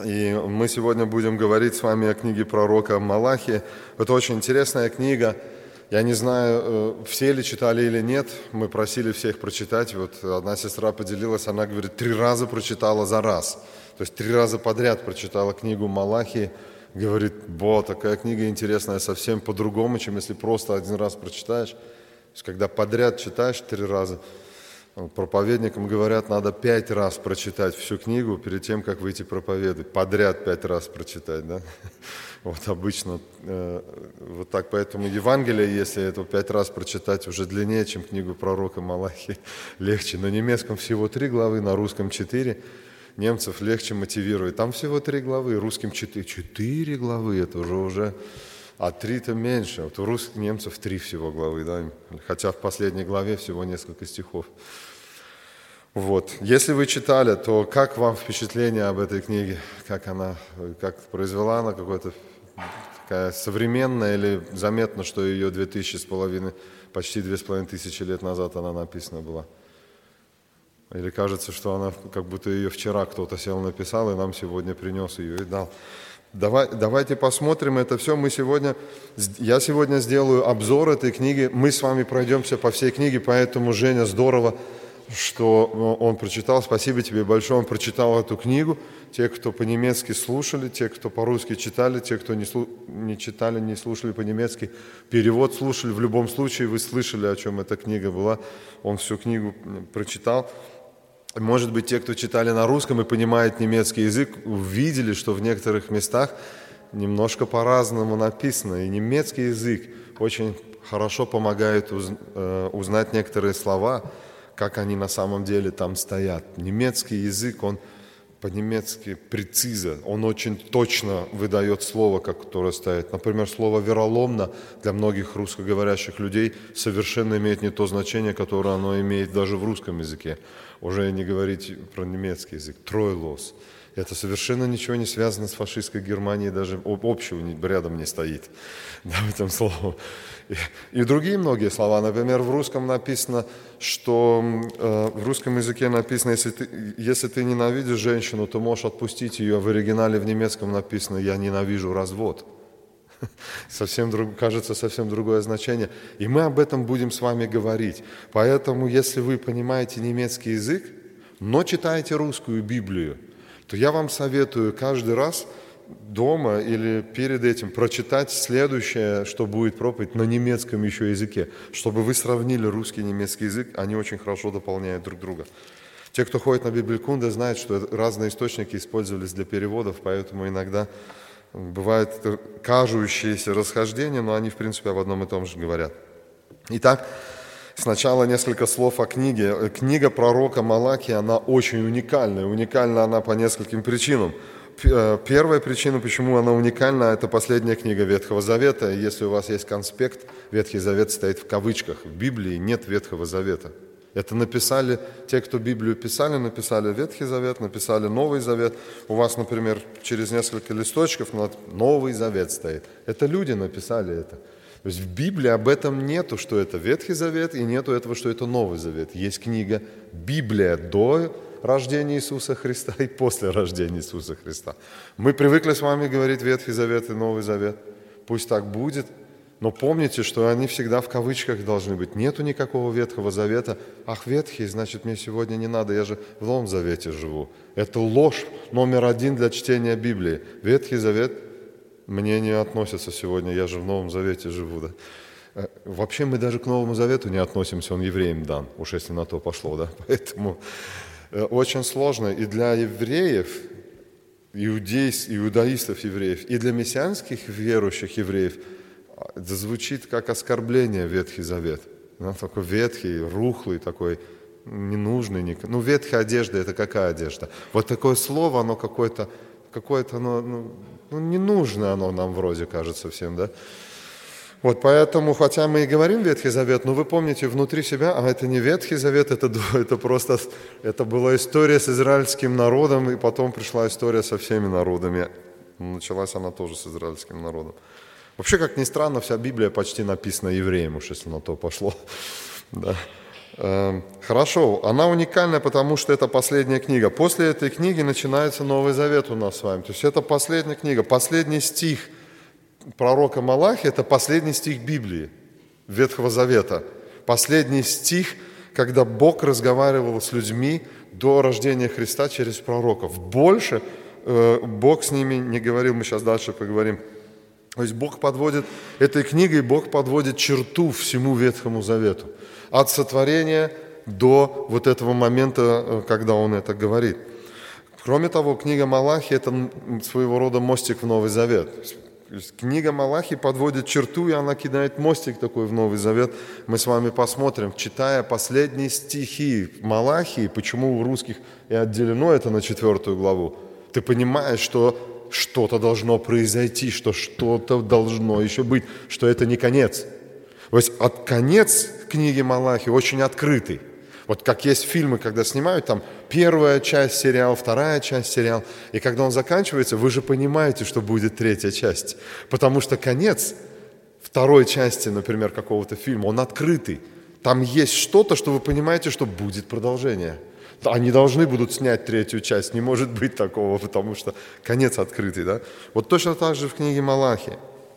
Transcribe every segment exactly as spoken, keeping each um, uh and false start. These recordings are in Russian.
И мы сегодня будем говорить с вами о книге пророка Малахии. Это очень интересная книга. Я не знаю, все ли читали или нет. Мы просили всех прочитать. Вот одна сестра поделилась, она говорит, три раза прочитала за раз. То есть три раза подряд прочитала книгу Малахии. Говорит, бо, такая книга интересная совсем по-другому, чем если просто один раз прочитаешь. То есть когда подряд читаешь три раза, проповедникам говорят, надо пять раз прочитать всю книгу перед тем, как выйти проповедовать. Подряд пять раз прочитать, да? Вот обычно э, вот так. Поэтому Евангелие, если это пять раз прочитать, уже длиннее, чем книгу пророка Малахии, легче. На немецком всего три главы, на русском четыре. Немцев легче мотивировать. Там всего три главы, русским четыре. Четыре главы, это уже уже... А три-то меньше. Вот у русских немцев три всего главы, да? Хотя в последней главе всего несколько стихов. Вот. Если вы читали, то как вам впечатление об этой книге? Как она, как произвела она какое-то такая современная, или заметно, что ее две тысячи с половиной, почти две с половиной тысячи лет назад она написана была? Или кажется, что она, как будто ее вчера кто-то сел написал, и нам сегодня принес ее и дал? Давай, давайте посмотрим это все. Мы сегодня, я сегодня сделаю обзор этой книги. Мы с вами пройдемся по всей книге, поэтому, Женя, здорово, что он прочитал. Спасибо тебе большое, он прочитал эту книгу. Те, кто по-немецки слушали, те, кто по-русски читали, те, кто не, слу... не читали, не слушали по-немецки, перевод слушали. В любом случае вы слышали, о чем эта книга была. Он всю книгу прочитал. Может быть, те, кто читали на русском и понимают немецкий язык, увидели, что в некоторых местах немножко по-разному написано. И немецкий язык очень хорошо помогает узнать некоторые слова, как они на самом деле там стоят. Немецкий язык, он по-немецки прециза, он очень точно выдает слово, которое стоит. Например, слово «вероломно» для многих русскоговорящих людей совершенно имеет не то значение, которое оно имеет даже в русском языке. Уже не говорить про немецкий язык. «Тройлос». Это совершенно ничего не связано с фашистской Германией, даже общего рядом не стоит, да, в этом слове. И, и другие многие слова. Например, в русском написано, что э, в русском языке написано, если ты, если ты ненавидишь женщину, то можешь отпустить ее. В оригинале в немецком написано «я ненавижу развод». Совсем друг, кажется, совсем другое значение. И мы об этом будем с вами говорить. Поэтому, если вы понимаете немецкий язык, но читаете русскую Библию, то я вам советую каждый раз дома или перед этим прочитать следующее, что будет проповедь на немецком еще языке, чтобы вы сравнили русский и немецкий язык, они очень хорошо дополняют друг друга. Те, кто ходит на Библикунде, знают, что разные источники использовались для переводов, поэтому иногда бывают кажущиеся расхождения, но они, в принципе, об одном и том же говорят. Итак, сначала несколько слов о книге. Книга пророка Малахии, она очень уникальная. Уникальна она по нескольким причинам. Первая причина, почему она уникальна, это последняя книга Ветхого Завета. Если у вас есть конспект, Ветхий Завет стоит в кавычках. В Библии нет Ветхого Завета. Это написали те, кто Библию писали, написали Ветхий Завет, написали Новый Завет. У вас, например, через несколько листочков Новый Завет стоит. Это люди написали это. То есть в Библии об этом нету, что это Ветхий Завет, и нету этого, что это Новый Завет. Есть книга Библия до рождения Иисуса Христа и после рождения Иисуса Христа. Мы привыкли с вами говорить Ветхий Завет и Новый Завет. Пусть так будет. Но помните, что они всегда в кавычках должны быть. Нету никакого Ветхого Завета. Ах, ветхий, значит, мне сегодня не надо, я же в Новом Завете живу. Это ложь номер один для чтения Библии. Ветхий Завет мне не относится сегодня, я же в Новом Завете живу. Да? Вообще мы даже к Новому Завету не относимся, он евреям дан, уж если на то пошло. Да? Поэтому очень сложно и для евреев, иудейств, иудаистов евреев, и для мессианских верующих евреев это звучит как оскорбление Ветхий Завет. Он такой ветхий, рухлый такой, ненужный. Ну, ветхая одежда – это какая одежда? Вот такое слово, оно какое-то, какое-то оно, ну, ну, ненужное оно нам вроде кажется всем, да? Вот поэтому, хотя мы и говорим Ветхий Завет, но вы помните внутри себя, а это не Ветхий Завет, это, это просто, это была история с израильским народом, и потом пришла история со всеми народами. Началась она тоже с израильским народом. Вообще, как ни странно, вся Библия почти написана евреем, уж если на то пошло. Да. Э, Хорошо, она уникальна, потому что это последняя книга. После этой книги начинается Новый Завет у нас с вами. То есть это последняя книга, последний стих пророка Малахии, это последний стих Библии, Ветхого Завета. Последний стих, когда Бог разговаривал с людьми до рождения Христа через пророков. Больше э, Бог с ними не говорил, мы сейчас дальше поговорим. То есть Бог подводит, этой книгой Бог подводит черту всему Ветхому Завету. От сотворения до вот этого момента, когда Он это говорит. Кроме того, книга Малахии – это своего рода мостик в Новый Завет. Книга Малахии подводит черту, и она кидает мостик такой в Новый Завет. Мы с вами посмотрим, читая последние стихи Малахии, почему у русских и отделено это на четвертую главу. Ты понимаешь, что что-то должно произойти, что что-то должно еще быть, что это не конец. То есть от конец книги Малахии очень открытый. Вот как есть фильмы, когда снимают, там первая часть сериала, вторая часть сериала, и когда он заканчивается, вы же понимаете, что будет третья часть. Потому что конец второй части, например, какого-то фильма, он открытый. Там есть что-то, что вы понимаете, что будет продолжение. Они должны будут снять третью часть, не может быть такого, потому что конец открытый. Да? Вот точно так же в книге Малахии.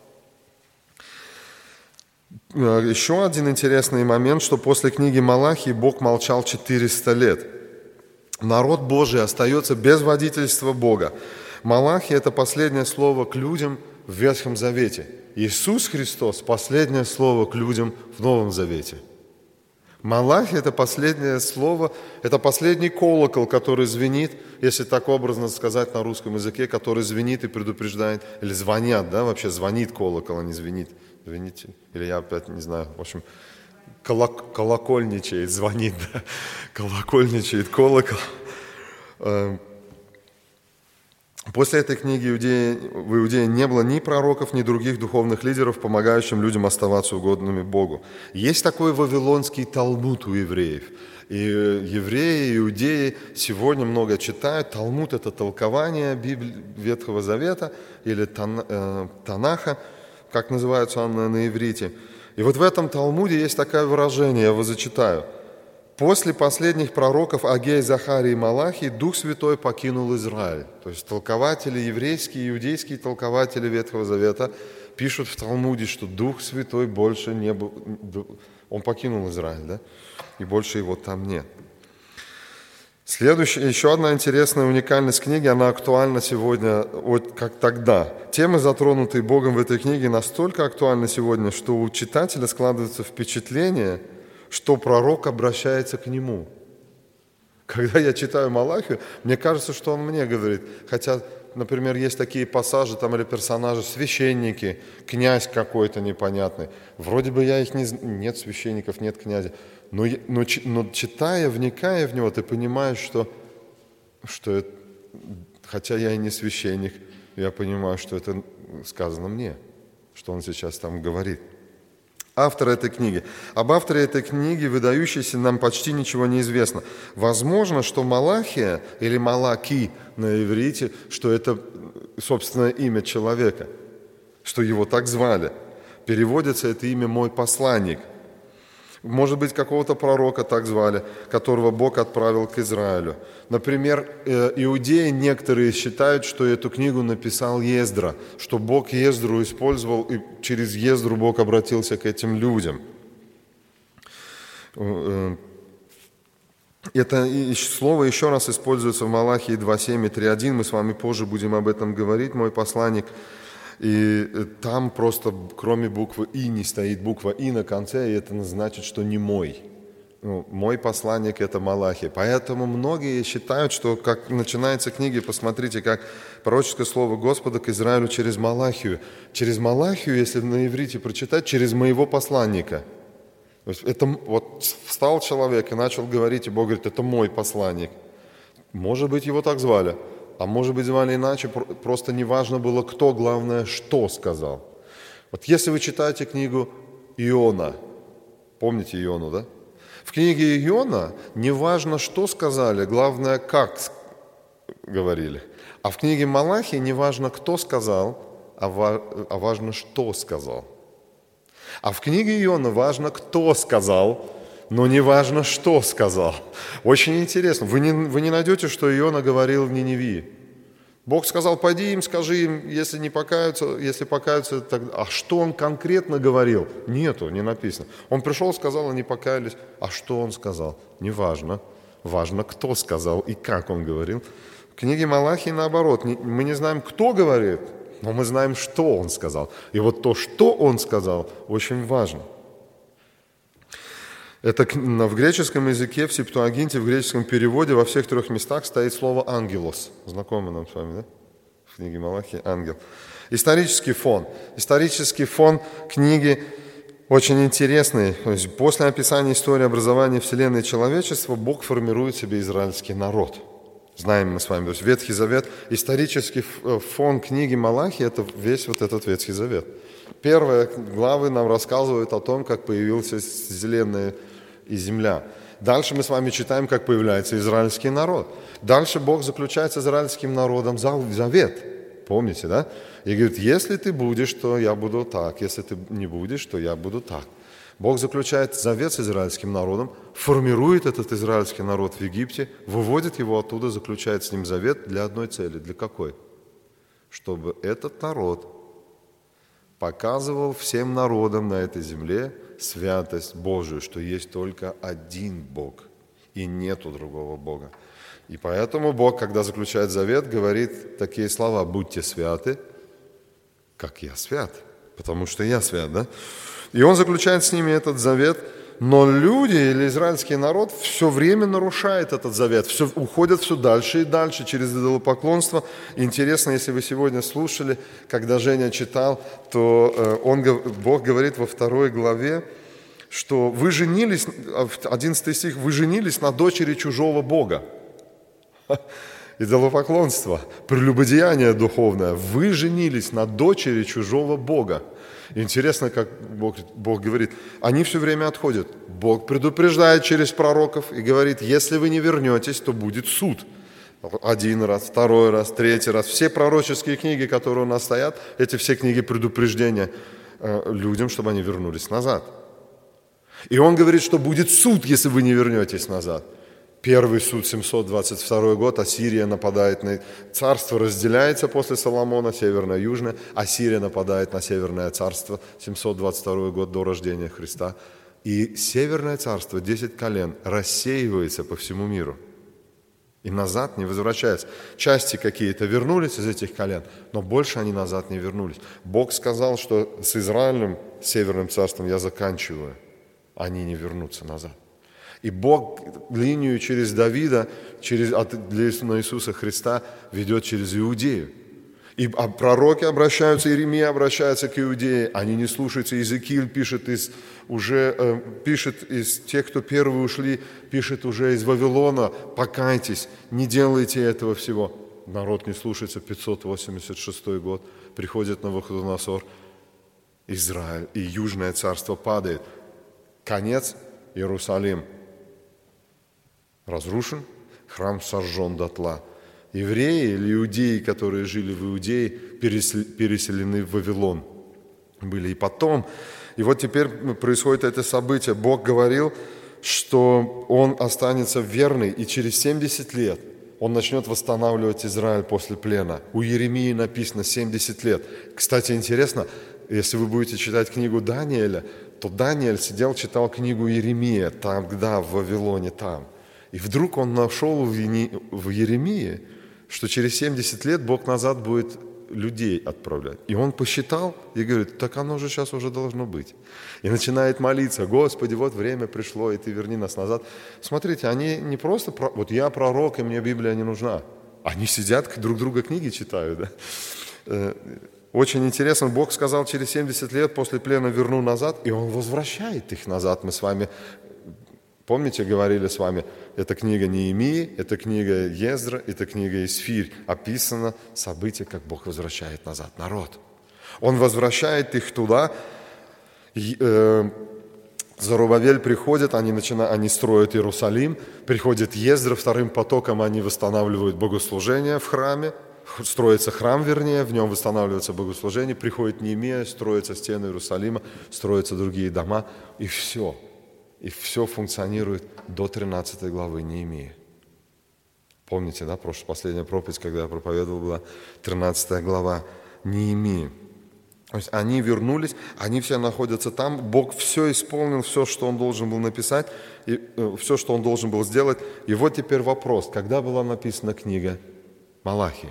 Еще один интересный момент, что после книги Малахии Бог молчал четыреста лет. Народ Божий остается без водительства Бога. Малахия – это последнее слово к людям в Ветхом Завете. Иисус Христос – последнее слово к людям в Новом Завете. Малахия – это последнее слово, это последний колокол, который звенит, если так образно сказать на русском языке, который звенит и предупреждает, или звонят, да, вообще звонит колокол, а не звенит. Звоните, или я опять не знаю, в общем, колок, колокольничает, звонит, да? Колокольничает колокол. После этой книги иудеи, в Иудее не было ни пророков, ни других духовных лидеров, помогающих людям оставаться угодными Богу. Есть такой вавилонский Талмуд у евреев. И евреи, иудеи сегодня много читают. Талмуд – это толкование Библии, Ветхого Завета или Танаха, как называется он на иврите. И вот в этом Талмуде есть такое выражение, я его зачитаю. «После последних пророков Агей, Захарии и Малахии Дух Святой покинул Израиль». То есть толкователи, еврейские, иудейские толкователи Ветхого Завета пишут в Талмуде, что Дух Святой больше не был, он покинул Израиль, да? И больше его там нет. Следующая, еще одна интересная уникальность книги, она актуальна сегодня, вот как тогда. Темы, затронутые Богом в этой книге, настолько актуальны сегодня, что у читателя складывается впечатление, что пророк обращается к нему. Когда я читаю Малахию, мне кажется, что он мне говорит. Хотя, например, есть такие пассажи там, или персонажи, священники, князь какой-то непонятный. Вроде бы я их не знаю, нет священников, нет князя. Но, но, но читая, вникая в него, ты понимаешь, что, что это, хотя я и не священник, я понимаю, что это сказано мне, что он сейчас там говорит. Автор этой книги. Об авторе этой книги, выдающейся, нам почти ничего не известно. Возможно, что Малахия или Малаки на иврите, что это, собственно, имя человека, что его так звали. Переводится это имя «мой посланник». Может быть, какого-то пророка так звали, которого Бог отправил к Израилю. Например, иудеи некоторые считают, что эту книгу написал Ездра, что Бог Ездру использовал, и через Ездру Бог обратился к этим людям. Это слово еще раз используется в Малахии два семь и три один. Мы с вами позже будем об этом говорить, мой посланник. И там просто кроме буквы «и» не стоит буква «и» на конце, и это значит, что не мой. Ну, мой посланник – это Малахия. Поэтому многие считают, что как начинается книга, посмотрите, как пророческое слово Господа к Израилю через Малахию. Через Малахию, если на иврите прочитать, через моего посланника. То есть это вот встал человек и начал говорить, и Бог говорит, это мой посланник. Может быть, его так звали. А может быть, звали иначе, просто не важно было, кто, главное, что сказал. Вот если вы читаете книгу Иона, помните Иону, да? В книге Иона не важно, что сказали, главное, как говорили. А в книге Малахии не важно, кто сказал, а важно, что сказал. А в книге Иона важно, кто сказал, но не важно, что сказал. Очень интересно. Вы не, вы не найдете, что Иона говорил в Ниневии. Бог сказал, пойди им, скажи им, если не покаются, если покаются, тогда... А что он конкретно говорил? Нету, не написано. Он пришел, сказал, они покаялись. А что он сказал? Неважно. Важно, кто сказал и как он говорил. В книге Малахии наоборот. Мы не знаем, кто говорит, но мы знаем, что он сказал. И вот то, что он сказал, очень важно. Это в греческом языке, в Септуагинте, в греческом переводе во всех трех местах стоит слово «ангелос». Знакомо нам с вами, да? В книге Малахии «ангел». Исторический фон. Исторический фон книги очень интересный. То есть после описания истории образования Вселенной и человечества Бог формирует себе израильский народ. Знаем мы с вами. То есть Ветхий Завет, исторический фон книги Малахии – это весь вот этот Ветхий Завет. Первые главы нам рассказывают о том, как появилась Вселенная и земля. Дальше мы с вами читаем, как появляется израильский народ. Дальше Бог заключает с израильским народом завет. Помните, да? И говорит, если ты будешь, то я буду так. Если ты не будешь, то я буду так. Бог заключает завет с израильским народом, формирует этот израильский народ в Египте, выводит его оттуда, заключает с ним завет для одной цели. Для какой? Чтобы этот народ показывал всем народам на этой земле святость Божию, что есть только один Бог и нету другого Бога. И поэтому Бог, когда заключает завет, говорит такие слова: «Будьте святы, как я свят», потому что я свят, да? И Он заключает с ними этот завет, но люди или израильский народ все время нарушает этот завет, все, уходят все дальше и дальше через идолопоклонство. Интересно, если вы сегодня слушали, когда Женя читал, то он, Бог говорит во второй главе, что вы женились, одиннадцатый стих, вы женились на дочери чужого Бога. Идолопоклонство, прелюбодеяние духовное. Вы женились на дочери чужого Бога. Интересно, как Бог, Бог говорит, они все время отходят. Бог предупреждает через пророков и говорит, если вы не вернетесь, то будет суд. Один раз, второй раз, третий раз. Все пророческие книги, которые у нас стоят, эти все книги предупреждения э, людям, чтобы они вернулись назад. И Он говорит, что будет суд, если вы не вернетесь назад. Первый суд, семьсот двадцать второй год, Ассирия нападает на... Царство разделяется после Соломона, северное и южное. Ассирия нападает на северное царство, семьсот двадцать второй год до рождения Христа. И северное царство, десять колен, рассеивается по всему миру. И назад не возвращается. Части какие-то вернулись из этих колен, но больше они назад не вернулись. Бог сказал, что с Израилем, северным царством, я заканчиваю. Они не вернутся назад. И Бог линию через Давида, через, от, для Иисуса Христа ведет через Иудею. И пророки обращаются, Иеремия обращается к Иудее, они не слушаются. Иезекииль пишет из, уже, э, пишет из тех, кто первые ушли, пишет уже из Вавилона, покайтесь, не делайте этого всего. Народ не слушается, пятьсот восемьдесят шестой год, приходит Навуходоносор, Израиль, и Южное царство падает. Конец, Иерусалим разрушен, храм сожжен дотла. Евреи или иудеи, которые жили в Иудее, переселены в Вавилон были. И потом, и вот теперь происходит это событие. Бог говорил, что Он останется верный, и через семьдесят лет Он начнет восстанавливать Израиль после плена. У Иеремии написано семьдесят лет. Кстати, интересно, если вы будете читать книгу Даниэля, то Даниэль сидел, читал книгу Иеремия, тогда в Вавилоне, там. И вдруг он нашел в Иеремии, что через семьдесят лет Бог назад будет людей отправлять. И он посчитал и говорит, так оно же сейчас уже должно быть. И начинает молиться, Господи, вот время пришло, и Ты верни нас назад. Смотрите, они не просто, вот я пророк, и мне Библия не нужна. Они сидят, друг друга книги читают. Да? Очень интересно, Бог сказал, через семьдесят лет после плена верну назад, и Он возвращает их назад. Мы с вами, помните, говорили с вами, это книга Неемии, это книга Ездра, это книга Исфирь. Описано событие, как Бог возвращает назад народ. Он возвращает их туда. Зарубавель приходит, они, начинают, они строят Иерусалим. Приходит Ездра, вторым потоком они восстанавливают богослужение в храме. Строится храм, вернее, в нем восстанавливается богослужение. Приходит Неемия, строятся стены Иерусалима, строятся другие дома. И все. И все функционирует до тринадцатой главы Неемии. Помните, да, прошлая последняя проповедь, когда я проповедовал, была тринадцатая глава Неемии. То есть они вернулись, они все находятся там, Бог все исполнил, все, что Он должен был написать, и, э, все, что Он должен был сделать. И вот теперь вопрос, когда была написана книга Малахии?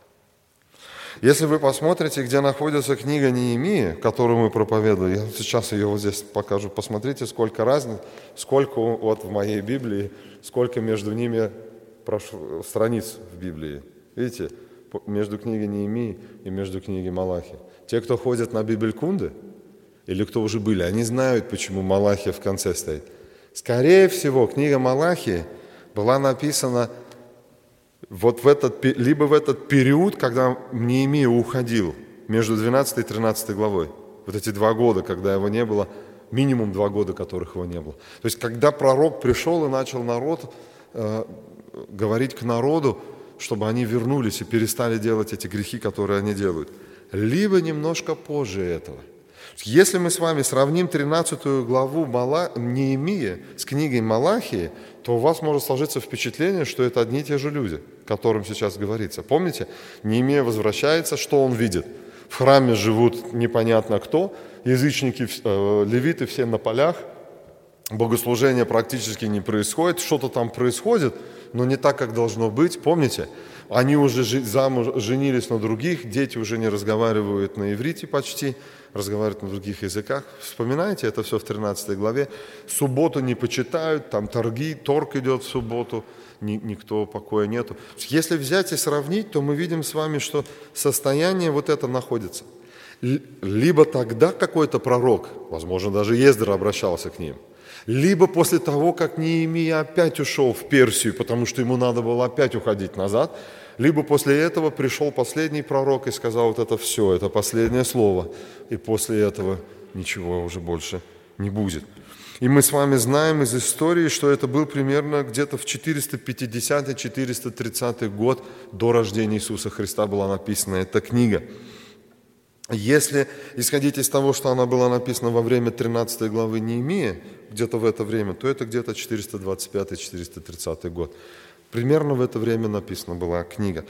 Если вы посмотрите, где находится книга Неемии, которую мы проповедуем, я сейчас ее вот здесь покажу, посмотрите, сколько разниц, сколько вот в моей Библии, сколько между ними прошло, страниц в Библии. Видите, между книгой Неемии и между книгой Малахии. Те, кто ходят на Бибелькунды, или кто уже были, они знают, почему Малахия в конце стоит. Скорее всего, книга Малахии была написана вот в этот, либо в этот период, когда Неемия уходил, между двенадцатой и тринадцатой главой. Вот эти два года, когда его не было, минимум два года, которых его не было. То есть, когда пророк пришел и начал народ, э, говорить к народу, чтобы они вернулись и перестали делать эти грехи, которые они делают. Либо немножко позже этого. Если мы с вами сравним тринадцатую главу Мала... Неемии с книгой Малахии, то у вас может сложиться впечатление, что это одни и те же люди, о которых сейчас говорится. Помните, Неемия возвращается, что он видит? В храме живут непонятно кто, язычники, э, левиты все на полях, богослужение практически не происходит, что-то там происходит, но не так, как должно быть. Помните, они уже замуж, женились на других, дети уже не разговаривают на иврите почти, разговаривают на других языках. Вспоминаете это все в тринадцатой главе? Субботу не почитают, там торги, торг идет в субботу, ни, никто покоя нету. Если взять и сравнить, то мы видим с вами, что состояние вот это находится. Либо тогда какой-то пророк, возможно, даже Ездра обращался к ним, либо после того, как Неемия опять ушел в Персию, потому что ему надо было опять уходить назад, либо после этого пришел последний пророк и сказал, вот это все, это последнее слово, и после этого ничего уже больше не будет. И мы с вами знаем из истории, что это был примерно где-то в четыреста пятидесятый - четыреста тридцатый год до рождения Иисуса Христа была написана эта книга. Если исходить из того, что она была написана во время тринадцатой главы Неемии, где-то в это время, то это где-то четыреста двадцать пятый - четыреста тридцатый год. Примерно в это время написана была книга.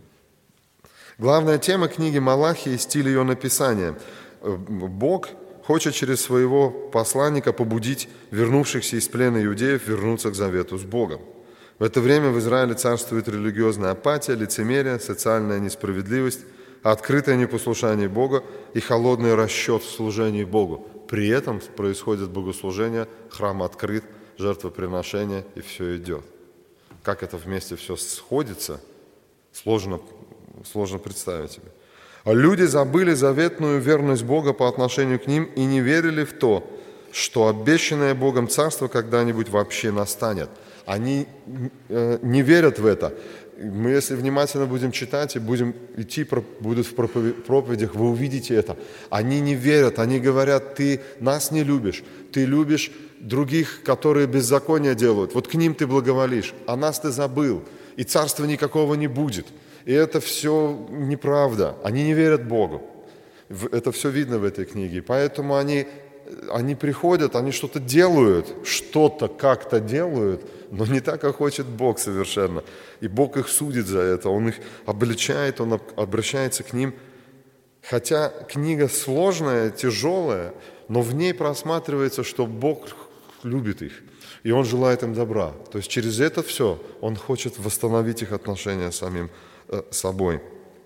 Главная тема книги Малахии – стиль ее написания. Бог хочет через своего посланника побудить вернувшихся из плена иудеев вернуться к завету с Богом. В это время в Израиле царствует религиозная апатия, лицемерие, социальная несправедливость, открытое непослушание Бога и холодный расчет в служении Богу. При этом происходит богослужение, храм открыт, жертвоприношение, и все идет. Как это вместе все сходится, сложно, сложно представить себе. А люди забыли заветную верность Бога по отношению к ним и не верили в то, что обещанное Богом царство когда-нибудь вообще настанет. Они э, не верят в это. Мы, если внимательно будем читать и будем идти, будут в проповедях, вы увидите это. Они не верят, они говорят, ты нас не любишь, ты любишь других, которые беззаконие делают. Вот к ним ты благоволишь, а нас ты забыл, и царства никакого не будет. И это все неправда. Они не верят Богу. Это все видно в этой книге. Поэтому они, они приходят, они что-то делают, что-то как-то делают, но не так, как хочет Бог совершенно. И Бог их судит за это, Он их обличает, Он обращается к ним. Хотя книга сложная, тяжелая, но в ней просматривается, что Бог любит их, и Он желает им добра. То есть через это все Он хочет восстановить их отношения с самим э, собой.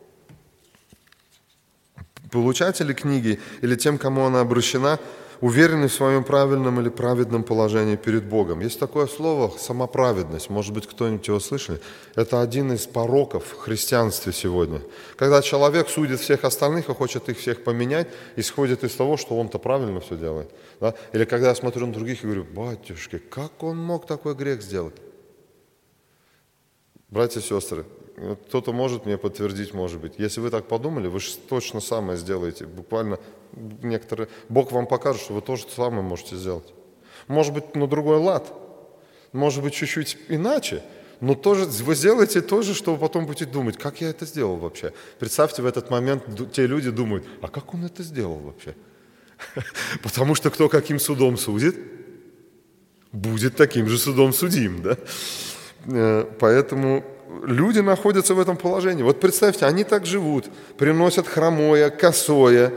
Получатели книги или тем, кому она обращена, уверены в своем правильном или праведном положении перед Богом. Есть такое слово «самоправедность». Может быть, кто-нибудь его слышали? Это один из пороков в христианстве сегодня. Когда человек судит всех остальных и хочет их всех поменять, исходит из того, что он-то правильно все делает. Да? Или когда я смотрю на других и говорю, батюшки, как он мог такой грех сделать? Братья и сестры, кто-то может мне подтвердить, может быть. Если вы так подумали, вы же точно самое сделаете. Буквально некоторые... Бог вам покажет, что вы тоже самое можете сделать. Может быть, на другой лад. Может быть, чуть-чуть иначе. Но тоже, вы сделаете то же, что вы потом будете думать, как я это сделал вообще. Представьте, в этот момент те люди думают, а как он это сделал вообще? Потому что кто каким судом судит, будет таким же судом судим. Да? Поэтому люди находятся в этом положении. Вот представьте, они так живут, приносят хромое, косое,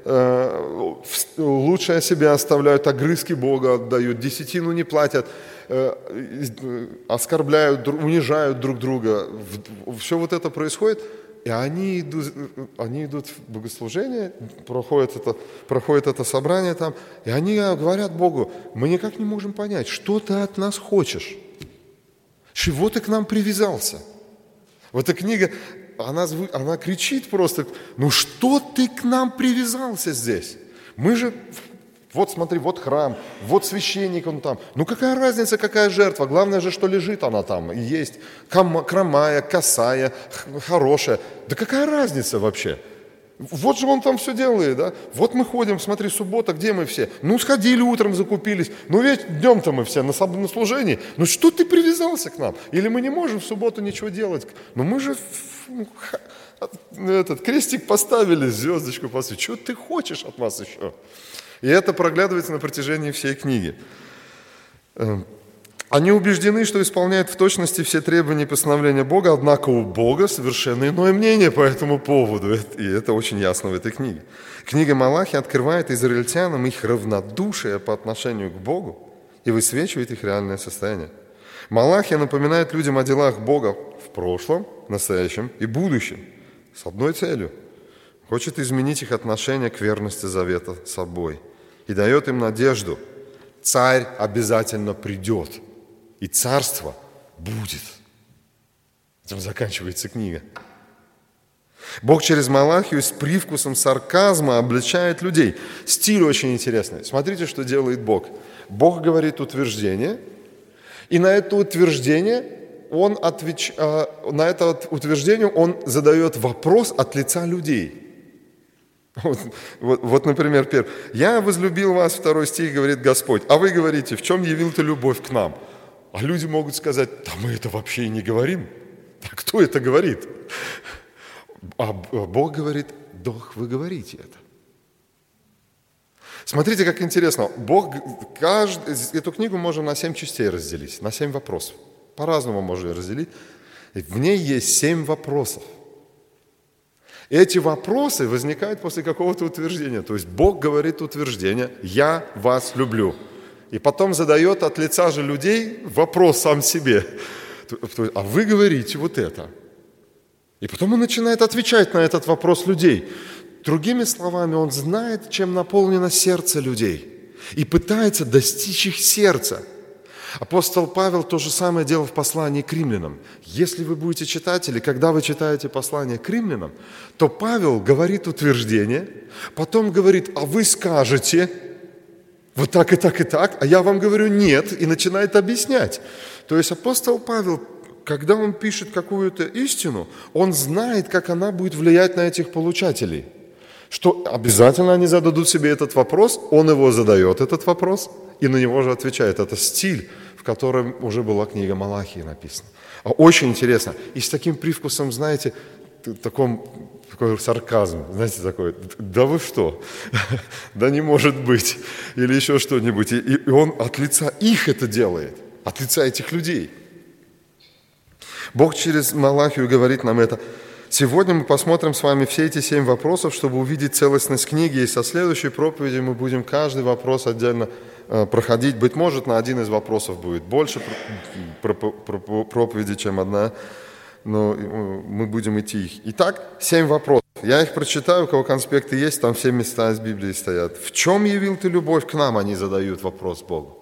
лучшее себя оставляют, огрызки Бога отдают, десятину не платят, оскорбляют, унижают друг друга. Все вот это происходит, и они идут, они идут в богослужение, проходит это, проходит это собрание там, и они говорят Богу: мы никак не можем понять, что ты от нас хочешь, чего ты к нам привязался. Вот эта книга, она, она кричит просто: ну что ты к нам привязался здесь? Мы же, вот смотри, вот храм, вот священник он там. Ну какая разница, какая жертва? Главное же, что лежит она там, и есть хромая, косая, хорошая. Да какая разница вообще? Вот же он там все делает, да? Вот мы ходим, смотри, суббота, где мы все? Ну, сходили утром, закупились. Ну, ведь днем-то мы все на, на служении. Ну, что ты привязался к нам? Или мы не можем в субботу ничего делать? Ну, мы же этот крестик поставили, звездочку поставили. Что ты хочешь от нас еще? И это проглядывается на протяжении всей книги. Они убеждены, что исполняют в точности все требования и постановления Бога, однако у Бога совершенно иное мнение по этому поводу. И это очень ясно в этой книге. Книга Малахи открывает израильтянам их равнодушие по отношению к Богу и высвечивает их реальное состояние. Малахия напоминает людям о делах Бога в прошлом, настоящем и будущем с одной целью. Хочет изменить их отношение к верности завета с собой и дает им надежду. Царь обязательно придет. И царство будет. Этим заканчивается книга. Бог через Малахию с привкусом сарказма обличает людей. Стиль очень интересный. Смотрите, что делает Бог. Бог говорит утверждение, и на это утверждение он, отвеч... на это утверждение он задает вопрос от лица людей. Вот, вот, вот, например, первый. «Я возлюбил вас», второй стих, говорит Господь. А вы говорите: в чем явил ты любовь к нам? А люди могут сказать: да мы это вообще и не говорим. А кто это говорит? А Бог говорит: да вы говорите это. Смотрите, как интересно. Бог, каждый, эту книгу можно на семь частей разделить, на семь вопросов. По-разному можно разделить. В ней есть семь вопросов. Эти вопросы возникают после какого-то утверждения. То есть Бог говорит утверждение: «Я вас люблю». И потом задает от лица же людей вопрос сам себе. А вы говорите вот это. И потом он начинает отвечать на этот вопрос людей. Другими словами, он знает, чем наполнено сердце людей. И пытается достичь их сердца. Апостол Павел то же самое делал в послании к римлянам. Если вы будете читать, или когда вы читаете послание к римлянам, то Павел говорит утверждение, потом говорит: а вы скажете вот так и так и так, а я вам говорю нет, и начинает объяснять. То есть апостол Павел, когда он пишет какую-то истину, он знает, как она будет влиять на этих получателей. Что обязательно они зададут себе этот вопрос, он его задает, этот вопрос, и на него же отвечает. Это стиль, в котором уже была книга Малахии написана. Очень интересно. И с таким привкусом, знаете, таком, такой сарказм, знаете, такой: да вы что? Да не может быть. Или еще что-нибудь. И, и он от лица их это делает, от лица этих людей. Бог через Малахию говорит нам это. Сегодня мы посмотрим с вами все эти семь вопросов, чтобы увидеть целостность книги. И со следующей проповедью мы будем каждый вопрос отдельно проходить. Быть может, на один из вопросов будет больше проповедей, чем одна, но мы будем идти их. Итак, семь вопросов. Я их прочитаю, у кого конспекты есть, там все места из Библии стоят. В чем явил ты любовь к нам? Они задают вопрос Богу.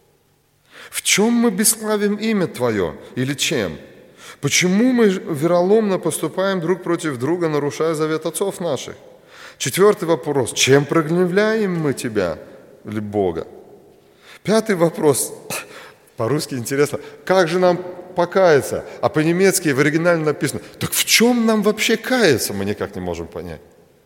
В чем мы бесславим имя Твое? Или чем? Почему мы вероломно поступаем друг против друга, нарушая завет отцов наших? Четвертый вопрос. Чем прогневляем мы Тебя или Бога? Пятый вопрос. По-русски интересно. Как же нам покаяться? А по-немецки в оригинале написано: так в чем нам вообще каяться? Мы никак не можем понять.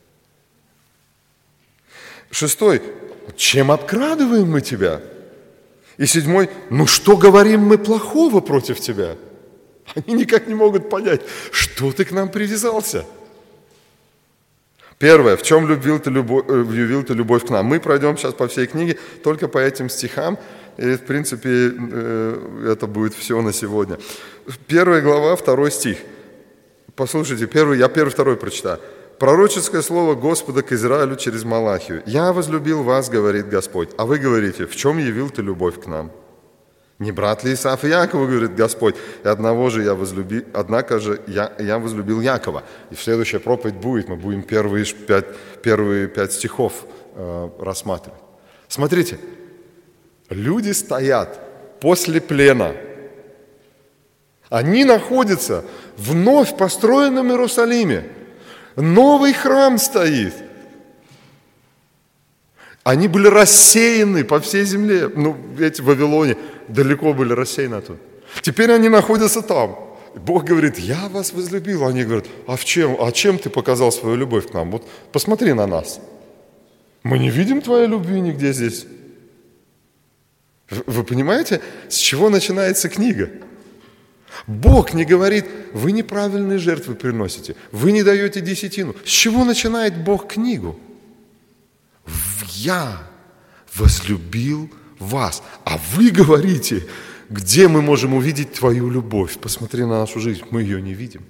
Шестой. Чем обкрадываем мы Тебя? И седьмой. Ну что говорим мы плохого против Тебя? Они никак не могут понять, что ты к нам привязался. Первое, в чем любил ты любовь, любил ты любовь к нам? Мы пройдем сейчас по всей книге только по этим стихам. И, в принципе, это будет все на сегодня. Первая глава, второй стих. Послушайте, первый, я первый, второй прочитаю. Пророческое слово Господа к Израилю через Малахию. «Я возлюбил вас, говорит Господь». А вы говорите, в чем явил ты любовь к нам? Не брат ли Исаав и Якова, говорит Господь, и одного же я возлюбил, однако же я, я возлюбил Якова. И следующая проповедь будет, мы будем первые пять, первые пять стихов э, рассматривать. Смотрите, люди стоят после плена. Они находятся в вновь построенном Иерусалиме. Новый храм стоит. Они были рассеяны по всей земле. Ну, эти в Вавилоне далеко были рассеяны оттуда. Теперь они находятся там. Бог говорит, я вас возлюбил. Они говорят, а в чем? А чем ты показал свою любовь к нам? Вот посмотри на нас. Мы не видим твоей любви нигде здесь. Вы понимаете, с чего начинается книга? Бог не говорит, вы неправильные жертвы приносите, вы не даете десятину. С чего начинает Бог книгу? Я возлюбил вас, а вы говорите, где мы можем увидеть твою любовь? Посмотри на нашу жизнь, мы ее не видим.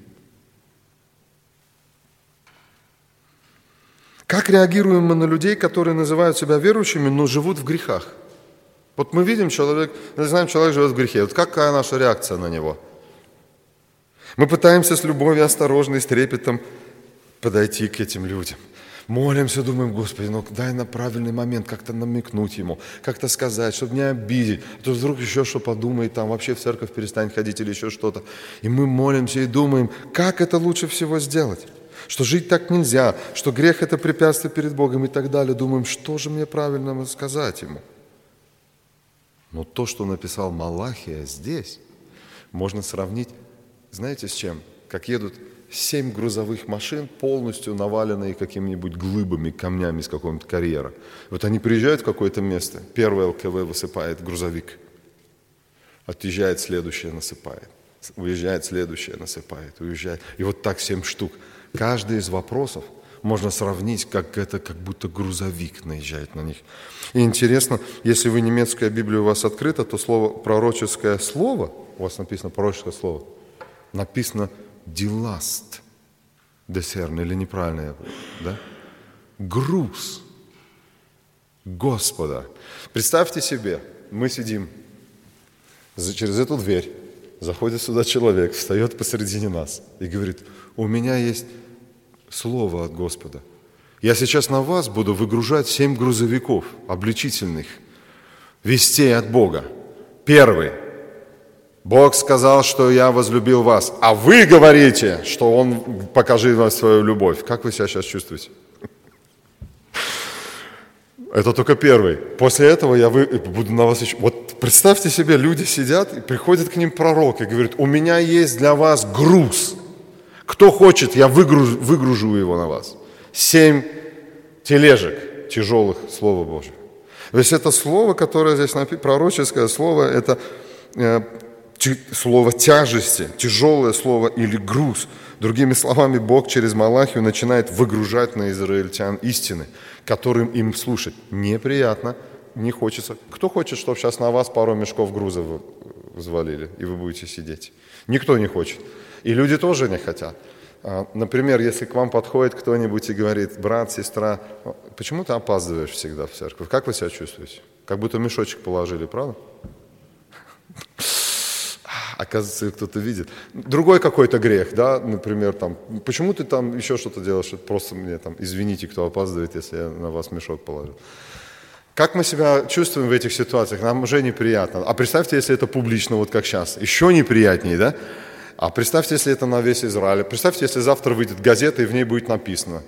Как реагируем мы на людей, которые называют себя верующими, но живут в грехах? Вот мы видим, человек, мы знаем, человек живет в грехе. Вот какая наша реакция на него? Мы пытаемся с любовью, осторожно и с трепетом подойти к этим людям. Молимся, думаем, Господи, ну дай на правильный момент как-то намекнуть ему, как-то сказать, чтобы не обидеть. А то вдруг еще что подумает, там вообще в церковь перестанет ходить или еще что-то. И мы молимся и думаем, как это лучше всего сделать. Что жить так нельзя, что грех – это препятствие перед Богом и так далее. Думаем, что же мне правильно сказать ему? Но то, что написал Малахия здесь, можно сравнить, знаете, с чем? Как едут семь грузовых машин, полностью наваленные какими-нибудь глыбами, камнями из какого-нибудь карьера. Вот они приезжают в какое-то место, первый эл ка вэ высыпает грузовик, отъезжает, следующее насыпает, уезжает, следующее насыпает, уезжает. И вот так семь штук. Каждый из вопросов можно сравнить, как это, как будто грузовик наезжает на них. И интересно, если вы немецкая Библия у вас открыта, то слово пророческое слово, у вас написано пророческое слово, написано «die Last des Herrn», или неправильно я, да? Груз Господа. Представьте себе, мы сидим через эту дверь, заходит сюда человек, встает посередине нас и говорит, у меня есть слово от Господа. Я сейчас на вас буду выгружать семь грузовиков обличительных вестей от Бога. Первый. Бог сказал, что я возлюбил вас, а вы говорите, что Он покажи вам свою любовь. Как вы себя сейчас чувствуете? Это только первый. После этого я вы, буду на вас еще... Вот представьте себе, люди сидят, и приходит к ним пророк и говорит, у меня есть для вас груз. Кто хочет, я выгружу, выгружу его на вас. Семь тележек тяжелых Слова Божьего. То есть это слово, которое здесь написано, пророческое слово, это э, слово тяжести, тяжелое слово или груз. Другими словами, Бог через Малахию начинает выгружать на израильтян истины, которым им слушать неприятно, не хочется. Кто хочет, чтобы сейчас на вас пару мешков груза взвалили, и вы будете сидеть? Никто не хочет. И люди тоже не хотят. Например, если к вам подходит кто-нибудь и говорит, брат, сестра, почему ты опаздываешь всегда в церковь? Как вы себя чувствуете? Как будто мешочек положили, правда? Оказывается, кто-то видит. Другой какой-то грех, да, например, там, почему ты там еще что-то делаешь? Просто мне там, извините, кто опаздывает, если я на вас мешок положил. Как мы себя чувствуем в этих ситуациях? Нам уже неприятно. А представьте, если это публично, вот как сейчас. Еще неприятнее, да? А представьте, если это на весь Израиль. Представьте, если завтра выйдет газета, и в ней будет написано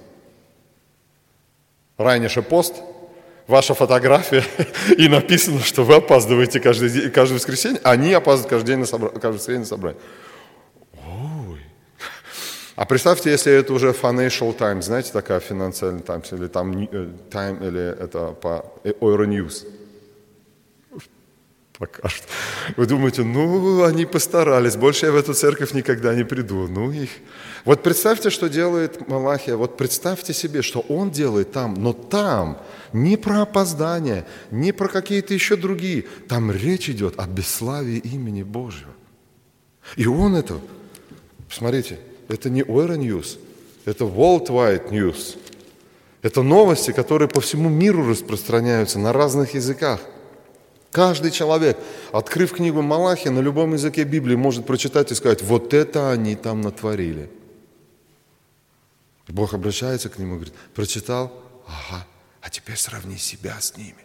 «Райнише пост», ваша фотография, и написано, что вы опаздываете каждый день, каждое воскресенье, а они опаздывают каждый день на собра... каждое воскресенье на собрание. Ой. А представьте, если это уже Financial Times, знаете, такая Financial Times, или там Time, или это по Euronews. покажут. Вы думаете, ну, они постарались, больше я в эту церковь никогда не приду. Ну, их... Вот представьте, что делает Малахия, вот представьте себе, что он делает там, но там не про опоздание, не про какие-то еще другие, там речь идет о бесславии имени Божьего. И он это, смотрите, это не Euronews, это Worldwide News. Это новости, которые по всему миру распространяются на разных языках. Каждый человек, открыв книгу Малахия, на любом языке Библии может прочитать и сказать, вот это они там натворили. Бог обращается к нему и говорит, прочитал? Ага, а теперь сравни себя с ними.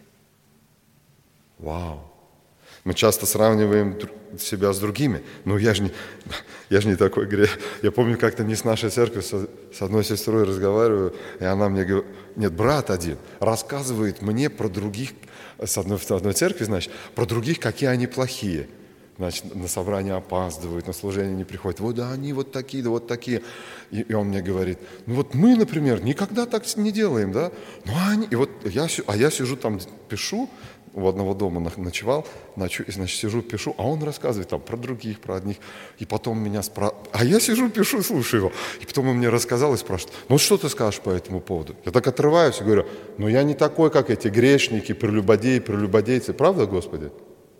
Вау. Мы часто сравниваем себя с другими. Ну, я же не, я же не такой грех. Я помню, как-то не с нашей церкви, с, с одной сестрой разговариваю, и она мне говорит, нет, брат один рассказывает мне про других, с одной, с одной церкви, значит, про других, какие они плохие. Значит, на собрание опаздывают, на служение не приходят. Вот да, они вот такие, да вот такие. И, и он мне говорит, ну вот мы, например, никогда так не делаем, да? Ну, они... И вот я, а я сижу там, пишу, у одного дома ночевал, значит, сижу, пишу, а он рассказывает там про других, про одних. И потом меня спрашивает, а я сижу, пишу, слушаю его. И потом он мне рассказал и спрашивает, ну что ты скажешь по этому поводу? Я так отрываюсь и говорю, ну я не такой, как эти грешники, прелюбодеи, прелюбодейцы. Правда, Господи?